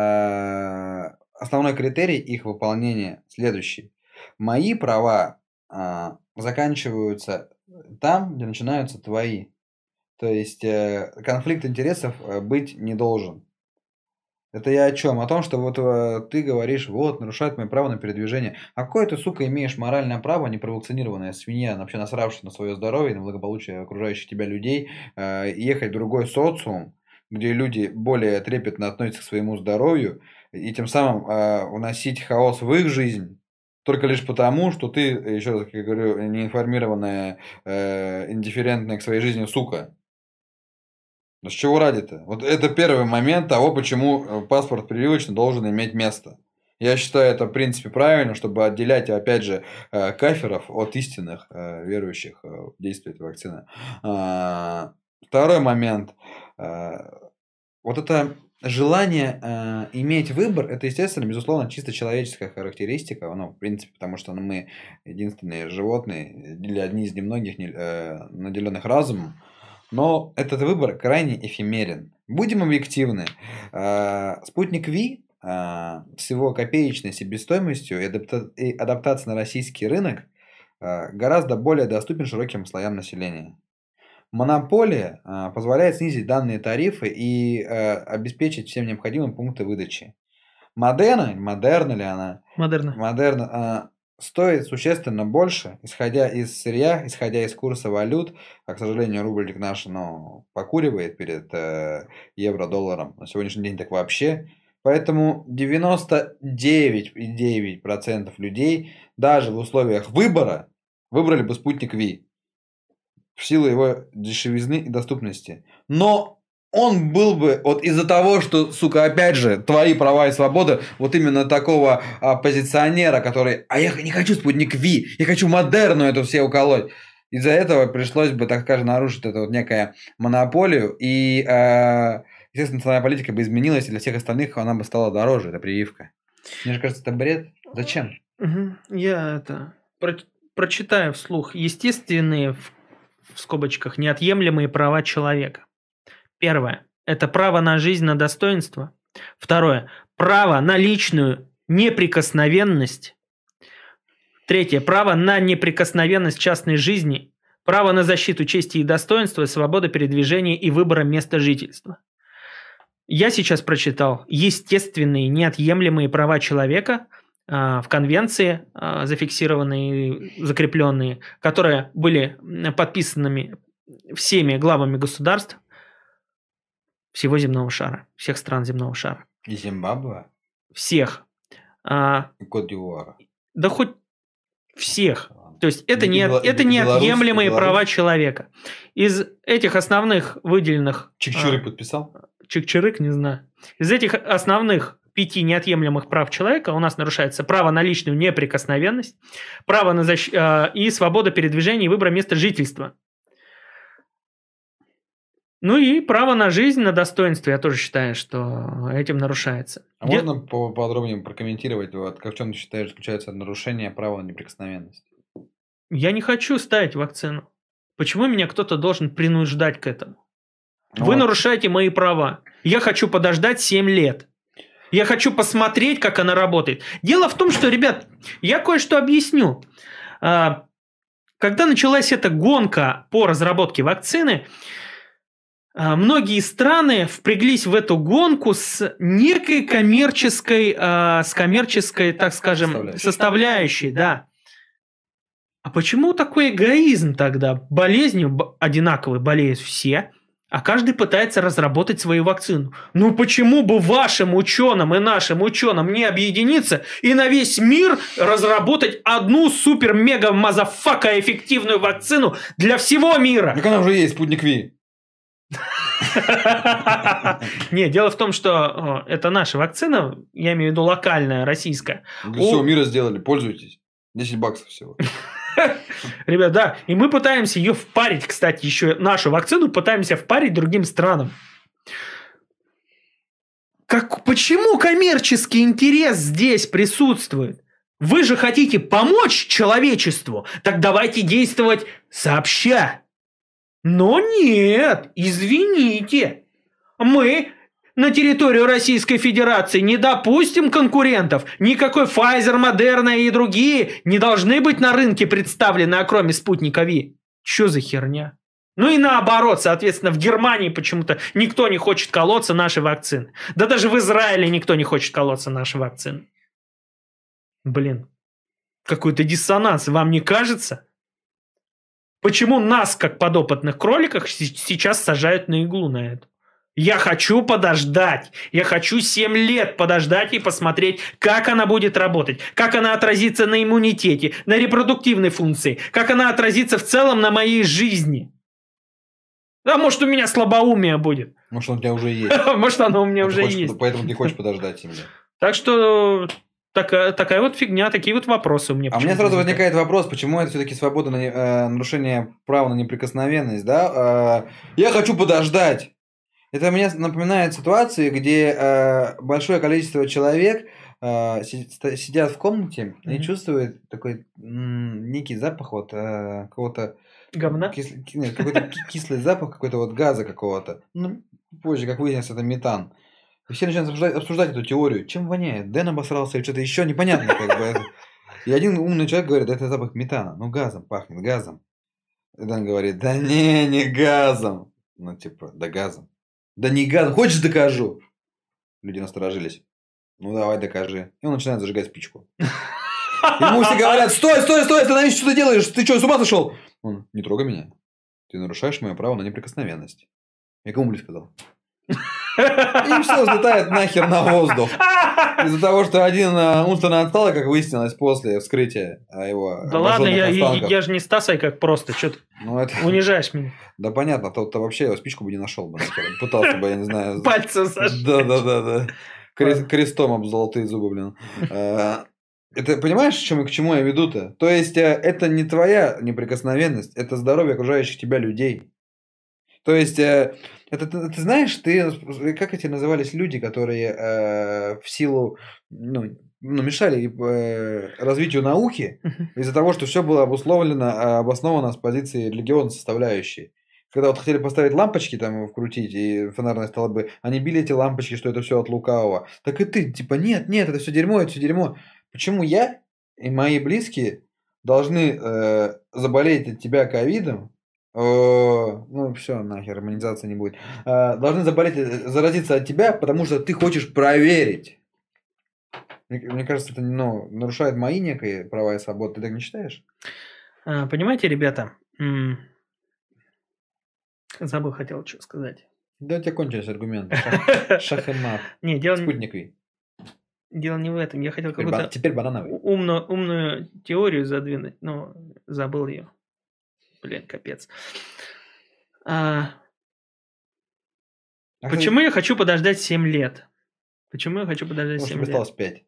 критерий их выполнения следующий. Мои права заканчиваются там, где начинаются твои. То есть конфликт интересов быть не должен. Это я о чем? О том, что вот ты говоришь, вот, нарушает мое право на передвижение. А какое ты, сука, имеешь моральное право, непровакцинированная свинья, вообще насравшись на свое здоровье, на благополучие окружающих тебя людей, ехать в другой социум, где люди более трепетно относятся к своему здоровью, и тем самым вносить хаос в их жизнь, только лишь потому, что ты, еще раз я говорю, неинформированная, индифферентная к своей жизни сука. Да с чего ради-то? Вот это первый момент того, почему паспорт прививочный должен иметь место. Я считаю это, в принципе, правильно, чтобы отделять, опять же, каферов от истинных верующих в действие этой вакцины. Второй момент. Вот это желание иметь выбор, это, естественно, безусловно, чисто человеческая характеристика. Ну, в принципе, потому что мы единственные животные, или одни из немногих наделенных разумом. Но этот выбор крайне эфемерен. Будем объективны. Спутник V с его копеечной себестоимостью и адаптацией на российский рынок гораздо более доступен широким слоям населения. Монополия позволяет снизить данные тарифы и обеспечить всем необходимым пункты выдачи. Модерна стоит существенно больше, исходя из сырья, исходя из курса валют, а, к сожалению, рублик наш покуривает перед евро-долларом на сегодняшний день так вообще. Поэтому 99,9% людей даже в условиях выбора выбрали бы спутник Ви в силу его дешевизны и доступности. Но он был бы вот из-за того, что, сука, опять же, твои права и свободы, вот именно такого оппозиционера, который, а я не хочу спутник Ви, я хочу модерну эту все уколоть. Из-за этого пришлось бы, так скажем, нарушить эту вот некую монополию, и, естественно, национальная политика бы изменилась, и для всех остальных она бы стала дороже, эта прививка. Мне же кажется, это бред. Зачем? Я прочитаю вслух. Естественные, в скобочках, неотъемлемые права человека. Первое. Это право на жизнь, на достоинство. Второе. Право на личную неприкосновенность. Третье. Право на неприкосновенность частной жизни. Право на защиту чести и достоинства, свобода передвижения и выбора места жительства. Я сейчас прочитал естественные неотъемлемые права человека в конвенции, зафиксированные, закрепленные, которые были подписанными всеми главами государств всего земного шара, всех стран земного шара. И Зимбабве? Всех. И Кот-д'Ивуара? Да хоть всех. То есть это неотъемлемые права человека. Из этих основных выделенных... Чик-Чирик подписал? Чик-Чирик, не знаю. Из этих основных 5 неотъемлемых прав человека у нас нарушается право на личную неприкосновенность, право на и свобода передвижения и выбора места жительства. Ну и право на жизнь, на достоинство, я тоже считаю, что этим нарушается. А можно поподробнее прокомментировать, вот, как в чем ты считаешь заключается нарушение права на неприкосновенность? Я не хочу ставить вакцину. Почему меня кто-то должен принуждать к этому? Ну Вы нарушаете мои права. Я хочу подождать 7 лет. Я хочу посмотреть, как она работает. Дело в том, что, ребят, я кое-что объясню. Когда началась эта гонка по разработке вакцины, многие страны впряглись в эту гонку с некой коммерческой, так скажем, составляющей, да. А почему такой эгоизм тогда? Болезнью одинаковой болеют все, а каждый пытается разработать свою вакцину. Ну почему бы вашим ученым и нашим ученым не объединиться и на весь мир разработать одну супер-мега-мазафака эффективную вакцину для всего мира? Так она уже есть, спутник Ви. Не, дело в том, что это наша вакцина, я имею в виду локальная, российская. Для всего мира сделали, пользуйтесь. $10 всего. Ребят, да, и мы пытаемся ее впарить, кстати, еще нашу вакцину пытаемся впарить другим странам. Почему коммерческий интерес здесь присутствует? Вы же хотите помочь человечеству, так давайте действовать сообща. Но нет, извините, мы на территорию Российской Федерации не допустим конкурентов. Никакой Pfizer, Moderna и другие не должны быть на рынке представлены, кроме спутника Ви. Что за херня? Ну и наоборот, соответственно, в Германии почему-то никто не хочет колоться нашей вакцины. Да даже в Израиле никто не хочет колоться нашей вакцины. Блин, какой-то диссонанс, вам не кажется? Почему нас, как подопытных кроликов, сейчас сажают на иглу на это? Я хочу подождать. Я хочу 7 лет подождать и посмотреть, как она будет работать. Как она отразится на иммунитете, на репродуктивной функции. Как она отразится в целом на моей жизни. А может, у меня слабоумие будет. Может, он у тебя уже есть. Может, оно у меня уже есть. Поэтому ты хочешь подождать 7 лет. Так что... Такая вот фигня, такие вот вопросы у меня. А у меня сразу возникает вопрос, почему это все-таки свобода на нарушение права на неприкосновенность, да? Я хочу подождать. Это мне напоминает ситуации, где большое количество человек сидят в комнате и чувствуют такой некий запах вот какого-то... Говна? Какой-то кислый запах какой-то вот газа какого-то. Ну, позже, как выяснилось, это метан. И все начинают обсуждать эту теорию. Чем воняет? Дэн обосрался или что-то еще непонятно. Как бы. И один умный человек говорит, это запах метана. Ну, газом пахнет, газом. И Дэн говорит, да не газом. Ну, типа, да газом. Да не газом. Хочешь, докажу? Люди насторожились. Ну, давай, докажи. И он начинает зажигать спичку. Ему все говорят, стой, остановись, что ты делаешь? Ты что, с ума сошел? Он, не трогай меня. Ты нарушаешь мое право на неприкосновенность. Я кому бы сказал? И все взлетает нахер на воздух. Из-за того, что один умственно отсталый, как выяснилось после вскрытия его Да ладно, останков. я же не Стасай как просто, что ты унижаешь меня. Да понятно, то вообще его спичку бы не нашел бы. Пытался бы, я не знаю. Пальцем сожжать. Да. Крестом об золотые зубы, блин. Это понимаешь, к чему я веду-то? То есть это не твоя неприкосновенность, это здоровье окружающих тебя людей. То есть это ты знаешь, как эти назывались люди, которые в силу мешали развитию науки из-за того, что все было обосновано с позиции религиозной составляющей. Когда вот хотели поставить лампочки там вкрутить и фонарные столбы, они били эти лампочки, что это все от лукавого. Так и ты, типа, нет, это все дерьмо. Почему я и мои близкие должны заболеть от тебя ковидом? Ну все, нахер, иммунизации не будет. Должны заразиться от тебя, потому что ты хочешь проверить. Мне кажется, это нарушает мои некие права и свободы. Ты так не считаешь? Понимаете, ребята, забыл, хотел что сказать. Да, у тебя кончились аргументы. Шах и мат. Не, дело спутниковый. Дело не в этом. Я хотел какую-то теперь банановый. умную теорию задвинуть, но забыл ее. Блин, капец. Почему я хочу подождать 7 лет? Почему я хочу подождать 7 лет? Осталось 5.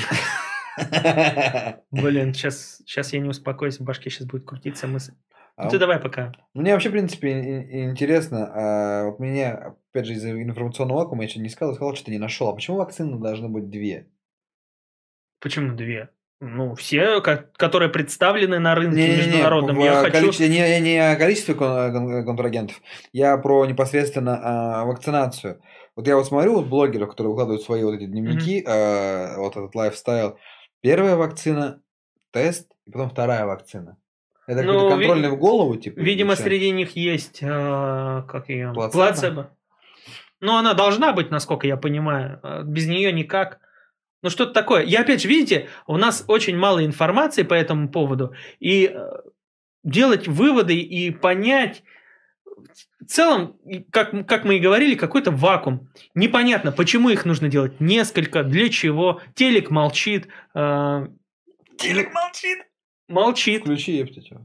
Блин, сейчас я не успокоюсь, в башке сейчас будет крутиться мысль. Ты давай пока. Мне вообще, в принципе, интересно. Вот меня, опять же, из-за информационного вакуума я еще не сказал, что не нашел. А почему вакцины должны быть 2? Почему 2? Ну, все, которые представлены на рынке международном. Я хочу... Не о количестве контрагентов, я про непосредственно вакцинацию. Вот я вот смотрю блогеров, которые выкладывают свои вот эти дневники, вот этот лайфстайл. Первая вакцина, тест, и потом вторая вакцина. Это какой-то контрольный в голову, типа? Видимо, среди них есть, как ее? Плацебо. Ну, она должна быть, насколько я понимаю. Без нее никак. Ну, что-то такое. И опять же, видите, у нас очень мало информации по этому поводу. И делать выводы и понять... В целом, как мы и говорили, какой-то вакуум. Непонятно, почему их нужно делать несколько, для чего. Телек молчит. Телек молчит? Молчит. Включи, ептите.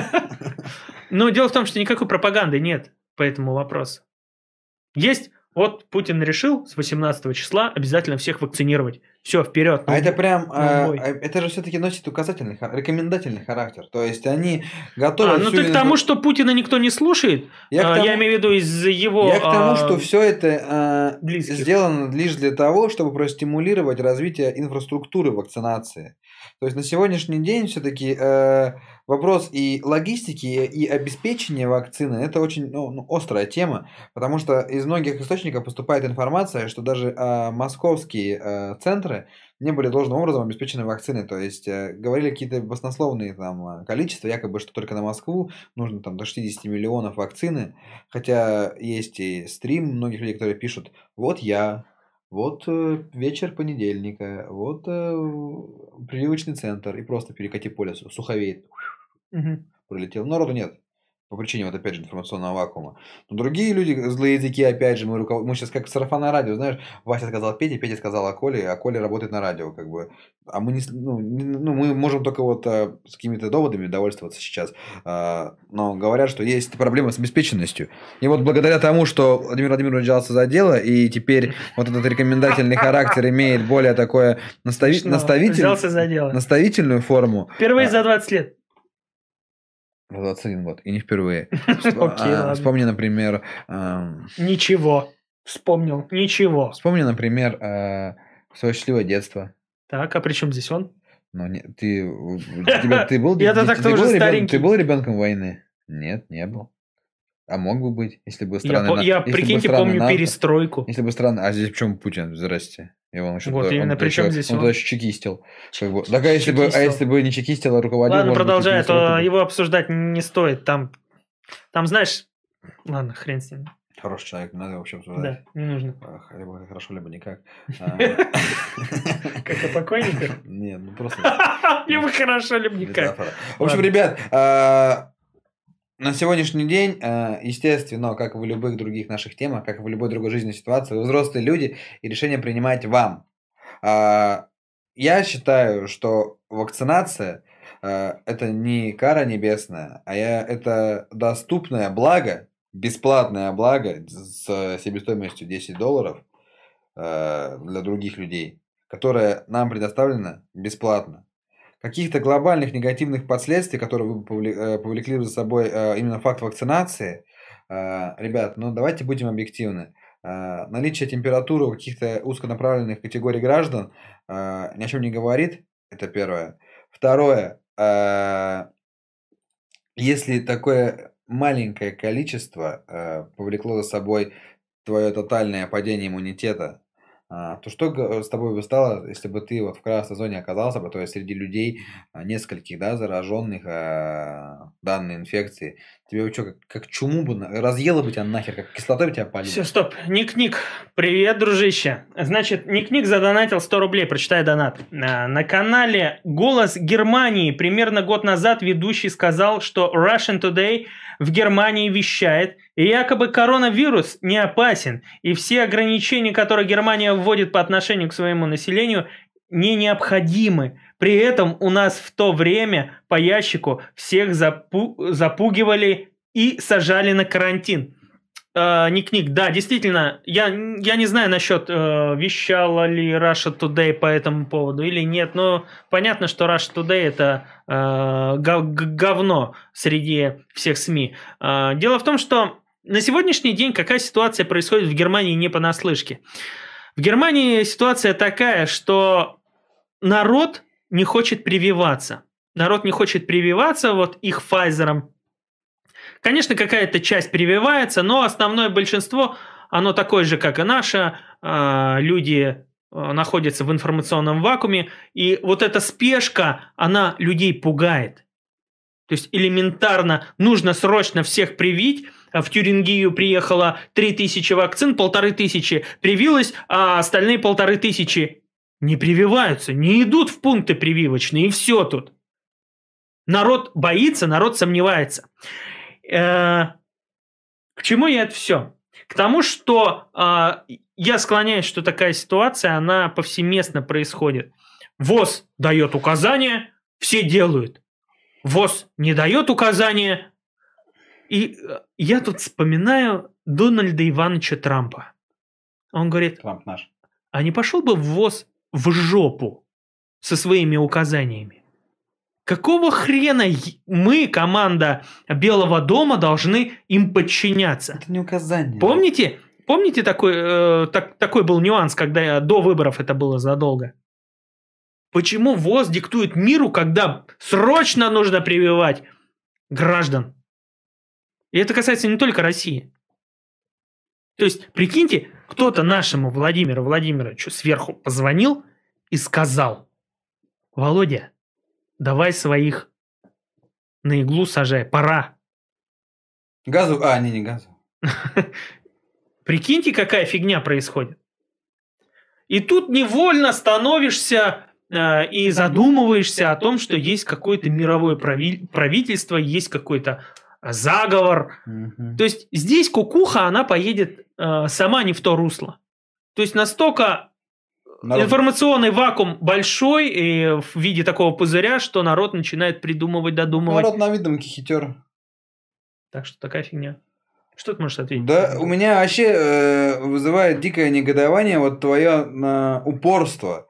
Но дело в том, что никакой пропаганды нет по этому вопросу. Есть... Вот Путин решил с 18 числа обязательно всех вакцинировать. Все, вперед. Это прям, это же все-таки носит рекомендательный характер. То есть они готовы... Ну ты к тому, что Путина никто не слушает? Я имею в виду из его... Я к тому, что все это сделано лишь для того, чтобы простимулировать развитие инфраструктуры вакцинации. То есть на сегодняшний день все-таки вопрос и логистики, и обеспечения вакцины – это очень острая тема, потому что из многих источников поступает информация, что даже московские центры не были должным образом обеспечены вакциной. То есть говорили какие-то баснословные там количества, якобы, что только на Москву нужно там до 60 миллионов вакцины, хотя есть и стрим многих людей, которые пишут: вот вечер понедельника, вот прививочный центр, и просто перекати по лесу, суховей пролетел. Народу нет, по причине, вот опять же, информационного вакуума. Но другие люди, злые языки, опять же, мы сейчас как сарафанное радио, знаешь, Вася сказал Пете, Петя сказал а Коля работает на радио, как бы. А мы мы можем только вот с какими-то доводами довольствоваться сейчас. Но говорят, что есть проблемы с обеспеченностью. И вот благодаря тому, что Владимир Владимирович взялся за дело, и теперь вот этот рекомендательный характер имеет более такое наставительную форму. Впервые за 20 лет. 21 год, и не впервые. Вспомни, например... Ничего. Вспомнил. Ничего. Вспомни, например, свое счастливое детство. Так, а при чем здесь он? Ну, ты был ребенком войны? Нет, не был. А мог бы быть, если бы страны... Я, прикиньте, помню перестройку. Если бы страны... А здесь почему Путин? Здрасте. И он еще вот именно, при чем здесь он? Он еще чекистил. Так, а если бы не чекистил, а руководил... Ладно, продолжай, то его обсуждать не стоит. Там, знаешь... Ладно, хрен с ним. Хороший человек, надо его вообще обсуждать. Да, не нужно. Либо хорошо, либо никак. Как о покойниках? Нет, ну просто... Либо хорошо, либо никак. В общем, ребят... На сегодняшний день, естественно, как и в любых других наших темах, как и в любой другой жизненной ситуации, вы взрослые люди, и решение принимать вам. А, Я считаю, что вакцинация это не кара небесная, это доступное благо, бесплатное благо с себестоимостью $10 для других людей, которое нам предоставлено бесплатно. Каких-то глобальных негативных последствий, которые вы повлекли за собой именно факт вакцинации, ребят, ну давайте будем объективны. Наличие температуры у каких-то узконаправленных категорий граждан ни о чем не говорит, это первое. Второе, если такое маленькое количество повлекло за собой твое тотальное падение иммунитета, то что с тобой бы стало, если бы ты вот в красной зоне оказался бы, то есть среди людей нескольких, да, зараженных данной инфекцией? Тебе бы что, как чуму бы, разъело бы тебя нахер, как кислотой бы тебя полило? Все, стоп. Ник-Ник, привет, дружище. Значит, Ник-Ник задонатил 100 рублей, прочитай донат. На канале «Голос Германии» примерно год назад ведущий сказал, что Russian Today в Германии вещает, и якобы коронавирус не опасен, и все ограничения, которые Германия вводит по отношению к своему населению, не необходимы. При этом у нас в то время по ящику всех запугивали и сажали на карантин. Ник-Ник, да, действительно, я не знаю насчет, вещала ли Russia Today по этому поводу или нет, но понятно, что Russia Today это говно среди всех СМИ. Дело в том, что на сегодняшний день какая ситуация происходит в Германии не понаслышке. В Германии ситуация такая, что народ не хочет прививаться. Народ не хочет прививаться вот их Pfizer'ом. Конечно, какая-то часть прививается, но основное большинство, оно такое же, как и наше. Люди находятся в информационном вакууме, и вот эта спешка, она людей пугает. То есть элементарно нужно срочно всех привить. В Тюрингию приехало 3000 вакцин, 1500 привилось, а остальные 1500 не прививаются, не идут в пункты прививочные, и все тут. Народ боится, народ сомневается. К чему я это все? К тому, что я склоняюсь, что такая ситуация, она повсеместно происходит. ВОЗ дает указания, все делают. ВОЗ не дает указания. И я тут вспоминаю Дональда Ивановича Трампа. Он говорит, Трамп наш. а не пошел бы ВОЗ в жопу со своими указаниями? Какого хрена мы, команда Белого дома, должны им подчиняться? Это не указание. Помните такой был нюанс, когда до выборов это было задолго? Почему ВОЗ диктует миру, когда срочно нужно прививать граждан? И это касается не только России. То есть, прикиньте, кто-то нашему Владимиру Владимировичу сверху позвонил и сказал: Володя, давай своих на иглу сажай, пора. Газу? Не газу. Прикиньте, какая фигня происходит. И тут невольно становишься и задумываешься о том, что есть какое-то мировое правительство, есть какой-то заговор. Мгм. То есть здесь кукуха, она поедет сама не в то русло. То есть настолько информационный вакуум большой и в виде такого пузыря, что народ начинает придумывать, додумывать. Народ на видном хитер. Так что такая фигня. Что ты можешь ответить? Да, у меня вообще вызывает дикое негодование вот твое упорство.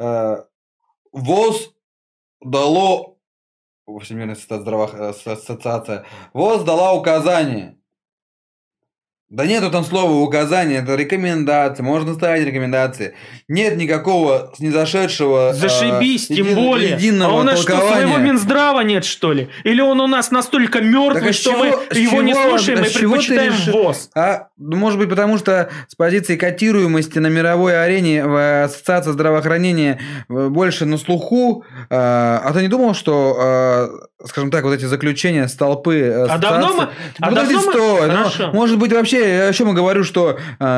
ВОЗ дало, Всемирная ассоциация, ВОЗ дала указание. Да нету там слова указание, это рекомендации, можно ставить рекомендации. Нет никакого снизошедшего Зашибись, тем более. А у нас что, своего Минздрава нет, что ли? Или он у нас настолько мертвый, что мы его не слушаем и предпочитаем ВОЗ? может быть, потому что с позиции котируемости на мировой арене ассоциация здравоохранения больше на слуху. А ты не думал, что, скажем так, вот эти заключения с толпы ассоциации... Хорошо. Может быть, вообще, о чем я говорю, что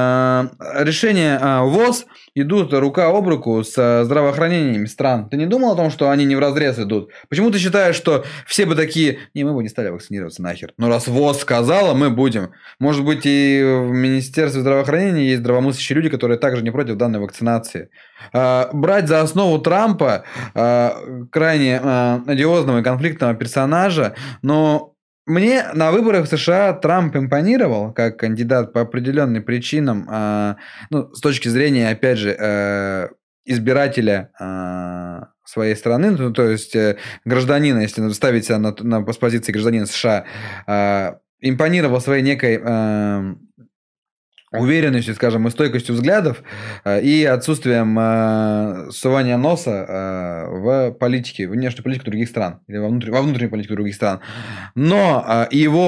решения ВОЗ идут рука об руку с здравоохранениями стран. Ты не думал о том, что они не вразрез идут? Почему ты считаешь, что все бы такие... Не, мы бы не стали вакцинироваться нахер. Но раз ВОЗ сказала, мы будем. Может быть, и в Министерстве здравоохранения есть здравомыслящие люди, которые также не против данной вакцинации. Брать за основу Трампа, крайне одиозного и конфликтного персонажа, но мне на выборах в США Трамп импонировал как кандидат по определенным причинам, с точки зрения, опять же, избирателя своей страны, ну, то есть гражданина, если ставить себя с позиции гражданина США, импонировал своей некой уверенностью, скажем, и стойкостью взглядов и отсутствием сувания носа в политике, в внешнюю политику других стран или во внутреннюю политику других стран. Но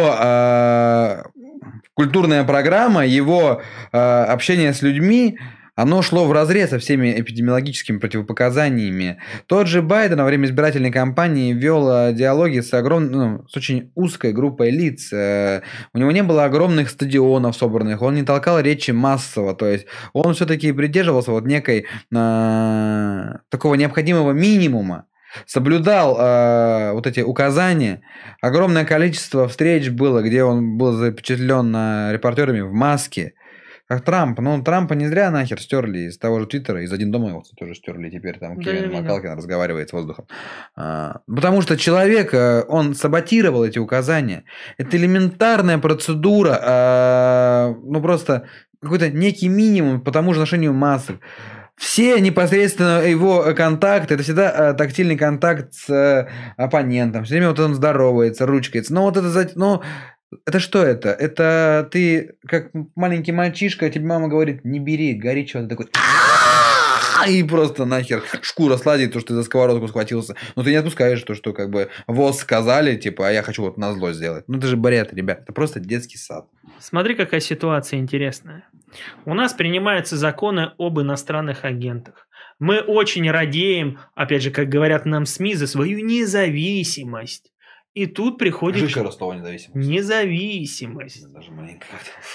его культурная программа, его общение с людьми, оно шло вразрез со всеми эпидемиологическими противопоказаниями. Тот же Байден во время избирательной кампании вел диалоги с очень узкой группой лиц. У него не было огромных стадионов собранных, он не толкал речи массово. То есть он все-таки придерживался вот некой такого необходимого минимума. Соблюдал вот эти указания. Огромное количество встреч было, где он был запечатлен репортерами в маске. Как Трамп. Ну, Трампа не зря нахер стерли из того же Твиттера, из «Один дома» его тоже стерли, теперь там Кевин Маккалкин разговаривает с воздухом. Потому что человек, он саботировал эти указания. Это элементарная процедура, просто какой-то некий минимум по тому же ношению масок. Все непосредственно его контакты, это всегда тактильный контакт с оппонентом. Все время вот он здоровается, ручкается. Это что это? Это ты, как маленький мальчишка, тебе мама говорит, не бери горячего, ты такой... И просто нахер шкура сладит, то, что ты за сковородку схватился. Но ты не отпускаешь то, что как бы ВОЗ сказали, типа, а я хочу вот назло сделать. Ну это же бред, ребят, это просто детский сад. Смотри, какая ситуация интересная. У нас принимаются законы об иностранных агентах. Мы очень радеем, опять же, как говорят нам СМИ, за свою независимость. И тут приходит... Еще раз слово независимость. Независимость. Даже маленько.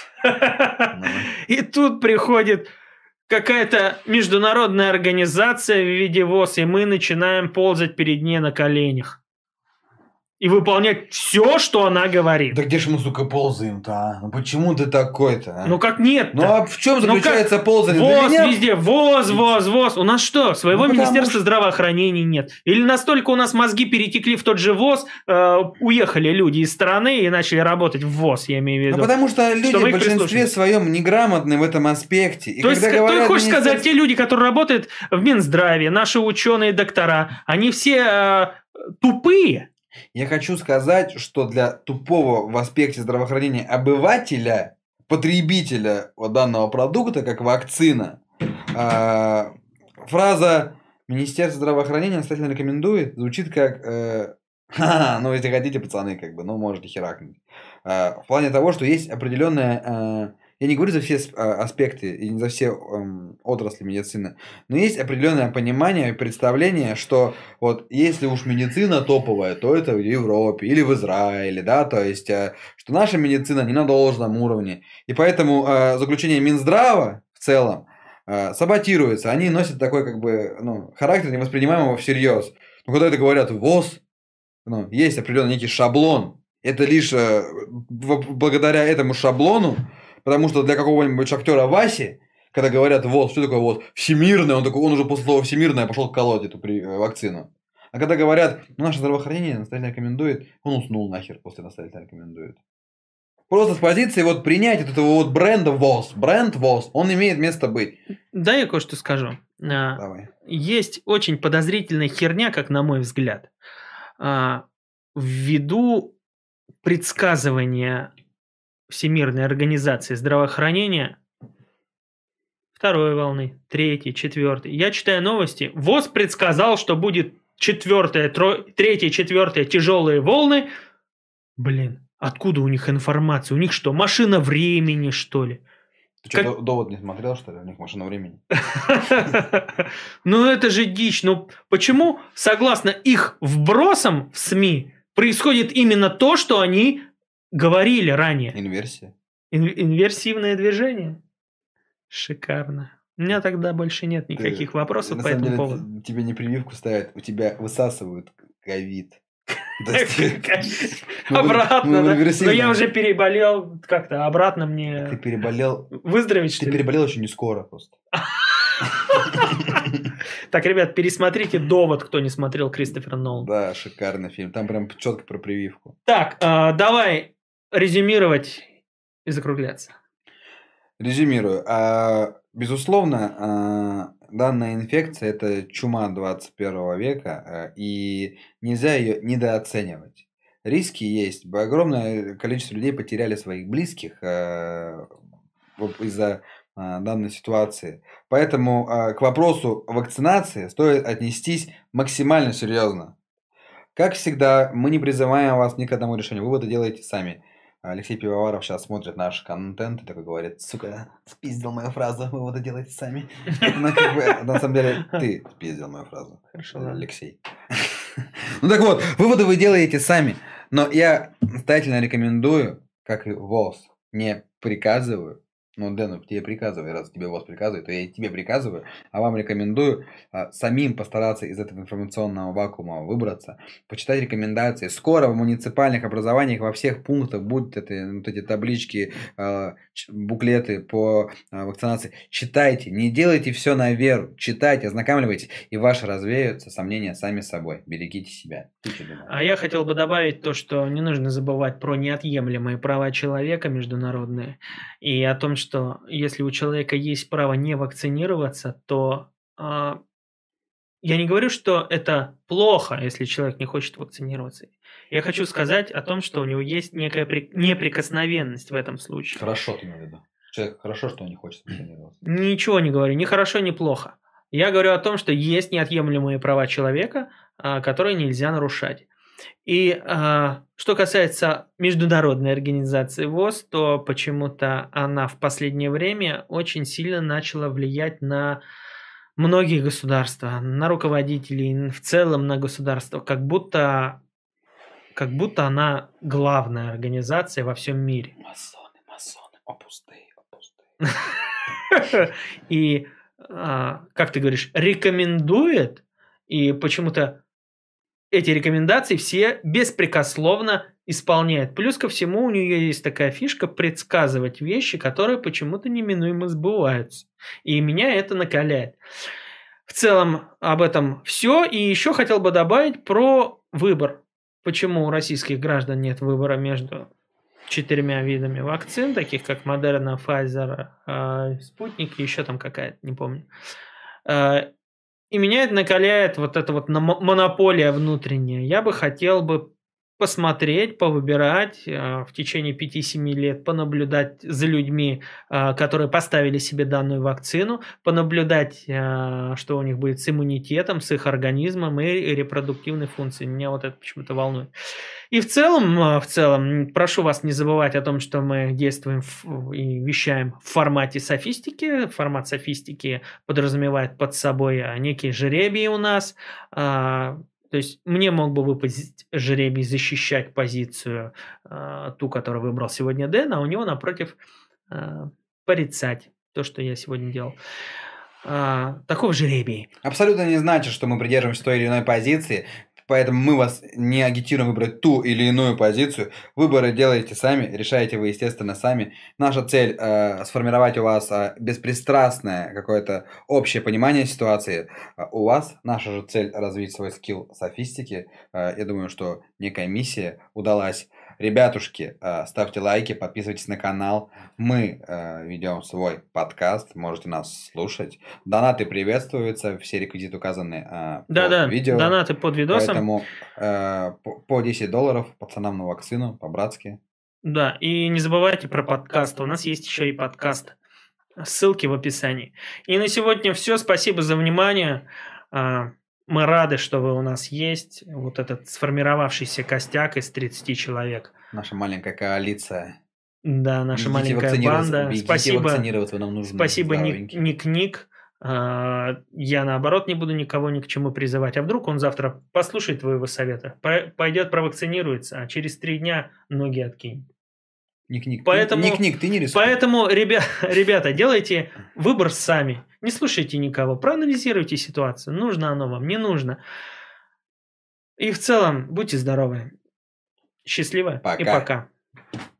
И тут приходит какая-то международная организация в виде ВОЗ, и мы начинаем ползать перед ней на коленях. И выполнять все, что она говорит. Да где же мы, сука, ползаем-то, а? Ну почему ты такой-то, а? Ну как нет-то? Ну а в чем заключается ползание? ВОЗ везде, ВОЗ. У нас что, своего Министерства здравоохранения нет? Или настолько у нас мозги перетекли в тот же ВОЗ, уехали люди из страны и начали работать в ВОЗ, я имею в виду. Ну потому что люди в большинстве своем неграмотны в этом аспекте. И то есть, ты хочешь сказать, те люди, которые работают в Минздраве, наши ученые, доктора, они все тупые? Я хочу сказать, что для тупого в аспекте здравоохранения обывателя, потребителя данного продукта, как вакцина, фраза «Министерство здравоохранения настоятельно рекомендует» звучит как если хотите, пацаны, можете херакнуть. В плане того, что есть определенная... Я не говорю за все аспекты и не за все отрасли медицины, но есть определенное понимание и представление, что вот если уж медицина топовая, то это в Европе или в Израиле, да, то есть, что наша медицина не на должном уровне. И поэтому заключение Минздрава в целом саботируется. Они носят такой характер невоспринимаемого всерьез. Но когда это говорят ВОЗ, есть определенный некий шаблон. Это лишь благодаря этому шаблону. Потому что для какого-нибудь актера Васи, когда говорят ВОЗ, что такое ВОЗ? Всемирное, он уже после слова всемирное пошел колоть эту вакцину. А когда говорят, наше здравоохранение настоятельно рекомендует, он уснул нахер после настоятельно рекомендует. Просто с позиции принять этого бренда ВОЗ, бренд ВОЗ, он имеет место быть. Да, я кое-что скажу. Давай. Есть очень подозрительная херня, как на мой взгляд. Ввиду предсказывания Всемирной организации здравоохранения второй волны, третьей, четвертой. Я читаю новости. ВОЗ предсказал, что будет третья, четвертая тяжелые волны. Блин, Откуда у них информация? У них что, машина времени, что ли? Ты что, «Довод» не смотрел, что ли? У них машина времени. Ну, это же дичь. Ну, почему, согласно их вбросам в СМИ, происходит именно то, что они говорили ранее? Инверсия. Инверсивное движение. Шикарно. У меня тогда больше нет никаких вопросов по этому поводу. Тебе не прививку ставят, у тебя высасывают ковид. Обратно, да? Но я уже переболел как-то, обратно мне... Ты переболел... Выздороветь, что ли? Ты переболел очень не скоро просто. Так, ребят, пересмотрите «Довод», кто не смотрел Кристофера Нолана. Да, шикарный фильм. Там прям четко про прививку. Так, давай резюмировать и закругляться. Резюмирую. Безусловно, данная инфекция – это чума 21 века, и нельзя ее недооценивать. Риски есть. Огромное количество людей потеряли своих близких из-за данной ситуации. Поэтому к вопросу вакцинации стоит отнестись максимально серьезно. Как всегда, мы не призываем вас ни к одному решению. Выводы делаете сами. Алексей Пивоваров сейчас смотрит наш контент и такой говорит: сука, спиздил мою фразу, выводы делайте сами. Но как бы, на самом деле, ты спиздил мою фразу. Хорошо, да. Алексей. Ну так вот, выводы вы делаете сами. Но я настоятельно рекомендую, как и ВОЗ, не приказываю. Ну, Дэну, тебе приказываю, раз тебе ВОЗ приказывает, то я и тебе приказываю, а вам рекомендую самим постараться из этого информационного вакуума выбраться, почитать рекомендации. Скоро в муниципальных образованиях во всех пунктах будут вот эти таблички, буклеты по вакцинации. Читайте, не делайте все на веру, читайте, ознакомливайтесь, и ваши развеются сомнения сами собой. Берегите себя. А я хотел бы добавить то, что не нужно забывать про неотъемлемые права человека международные, и о том, что если у человека есть право не вакцинироваться, то я не говорю, что это плохо, если человек не хочет вакцинироваться. Я хочу сказать о том, что у него есть некая неприкосновенность в этом случае. Хорошо, ты имеешь в виду. Человек хорошо, что он не хочет вакцинироваться. Ничего не говорю, ни хорошо, ни плохо. Я говорю о том, что есть неотъемлемые права человека, которые нельзя нарушать. И что касается международной организации ВОЗ, то почему-то она в последнее время очень сильно начала влиять на многие государства, на руководителей, в целом на государства, как будто она главная организация во всем мире. Масоны, опусты. И, как ты говоришь, рекомендует, и почему-то эти рекомендации все беспрекословно исполняет. Плюс ко всему у нее есть такая фишка предсказывать вещи, которые почему-то неминуемо сбываются. И меня это накаляет. В целом об этом все. И еще хотел бы добавить про выбор. Почему у российских граждан нет выбора между 4 видами вакцин, таких как Модерна, Pfizer, Спутник и еще там какая-то, не помню. И меня это накаляет, вот эта вот монополия внутренняя. Я бы хотел бы посмотреть, повыбирать в течение 5-7 лет, понаблюдать за людьми, которые поставили себе данную вакцину, понаблюдать, что у них будет с иммунитетом, с их организмом и репродуктивной функцией. Меня вот это почему-то волнует. И в целом, прошу вас не забывать о том, что мы действуем и вещаем в формате софистики. Формат софистики подразумевает под собой некие жребии у нас. То есть мне мог бы выпасть жребий защищать позицию, ту, которую выбрал сегодня Дэн, а у него, напротив, порицать то, что я сегодня делал. Такого жребия. Абсолютно не значит, что мы придерживаемся той или иной позиции, поэтому мы вас не агитируем выбрать ту или иную позицию. Выборы делаете сами, решаете вы, естественно, сами. Наша цель сформировать у вас беспристрастное какое-то общее понимание ситуации. У вас наша же цель развить свой скилл софистики. Я думаю, что некая миссия удалась. Ребятушки, ставьте лайки, подписывайтесь на канал. Мы ведем свой подкаст, можете нас слушать. Донаты приветствуются, все реквизиты указаны под видео. Донаты под видосом. Поэтому по $10 пацанам на вакцину, по-братски. Да, и не забывайте про подкаст. У нас есть еще и подкаст. Ссылки в описании. И на сегодня все. Спасибо за внимание. Мы рады, что вы у нас есть. Вот этот сформировавшийся костяк из 30 человек. Наша маленькая коалиция. Да, наша Бегите маленькая банда. Бегите вакцинироваться, нам нужно Спасибо, здоровенькие. Ник. Я, наоборот, не буду никого ни к чему призывать. А вдруг он завтра послушает твоего совета, пойдет провакцинируется, а через 3 дня ноги откинет. Ник, Поэтому, ты не рискуй. Поэтому, ребята, делайте выбор сами. Не слушайте никого, проанализируйте ситуацию. Нужно оно вам, не нужно. И в целом, будьте здоровы. Счастливо и Пока. пока.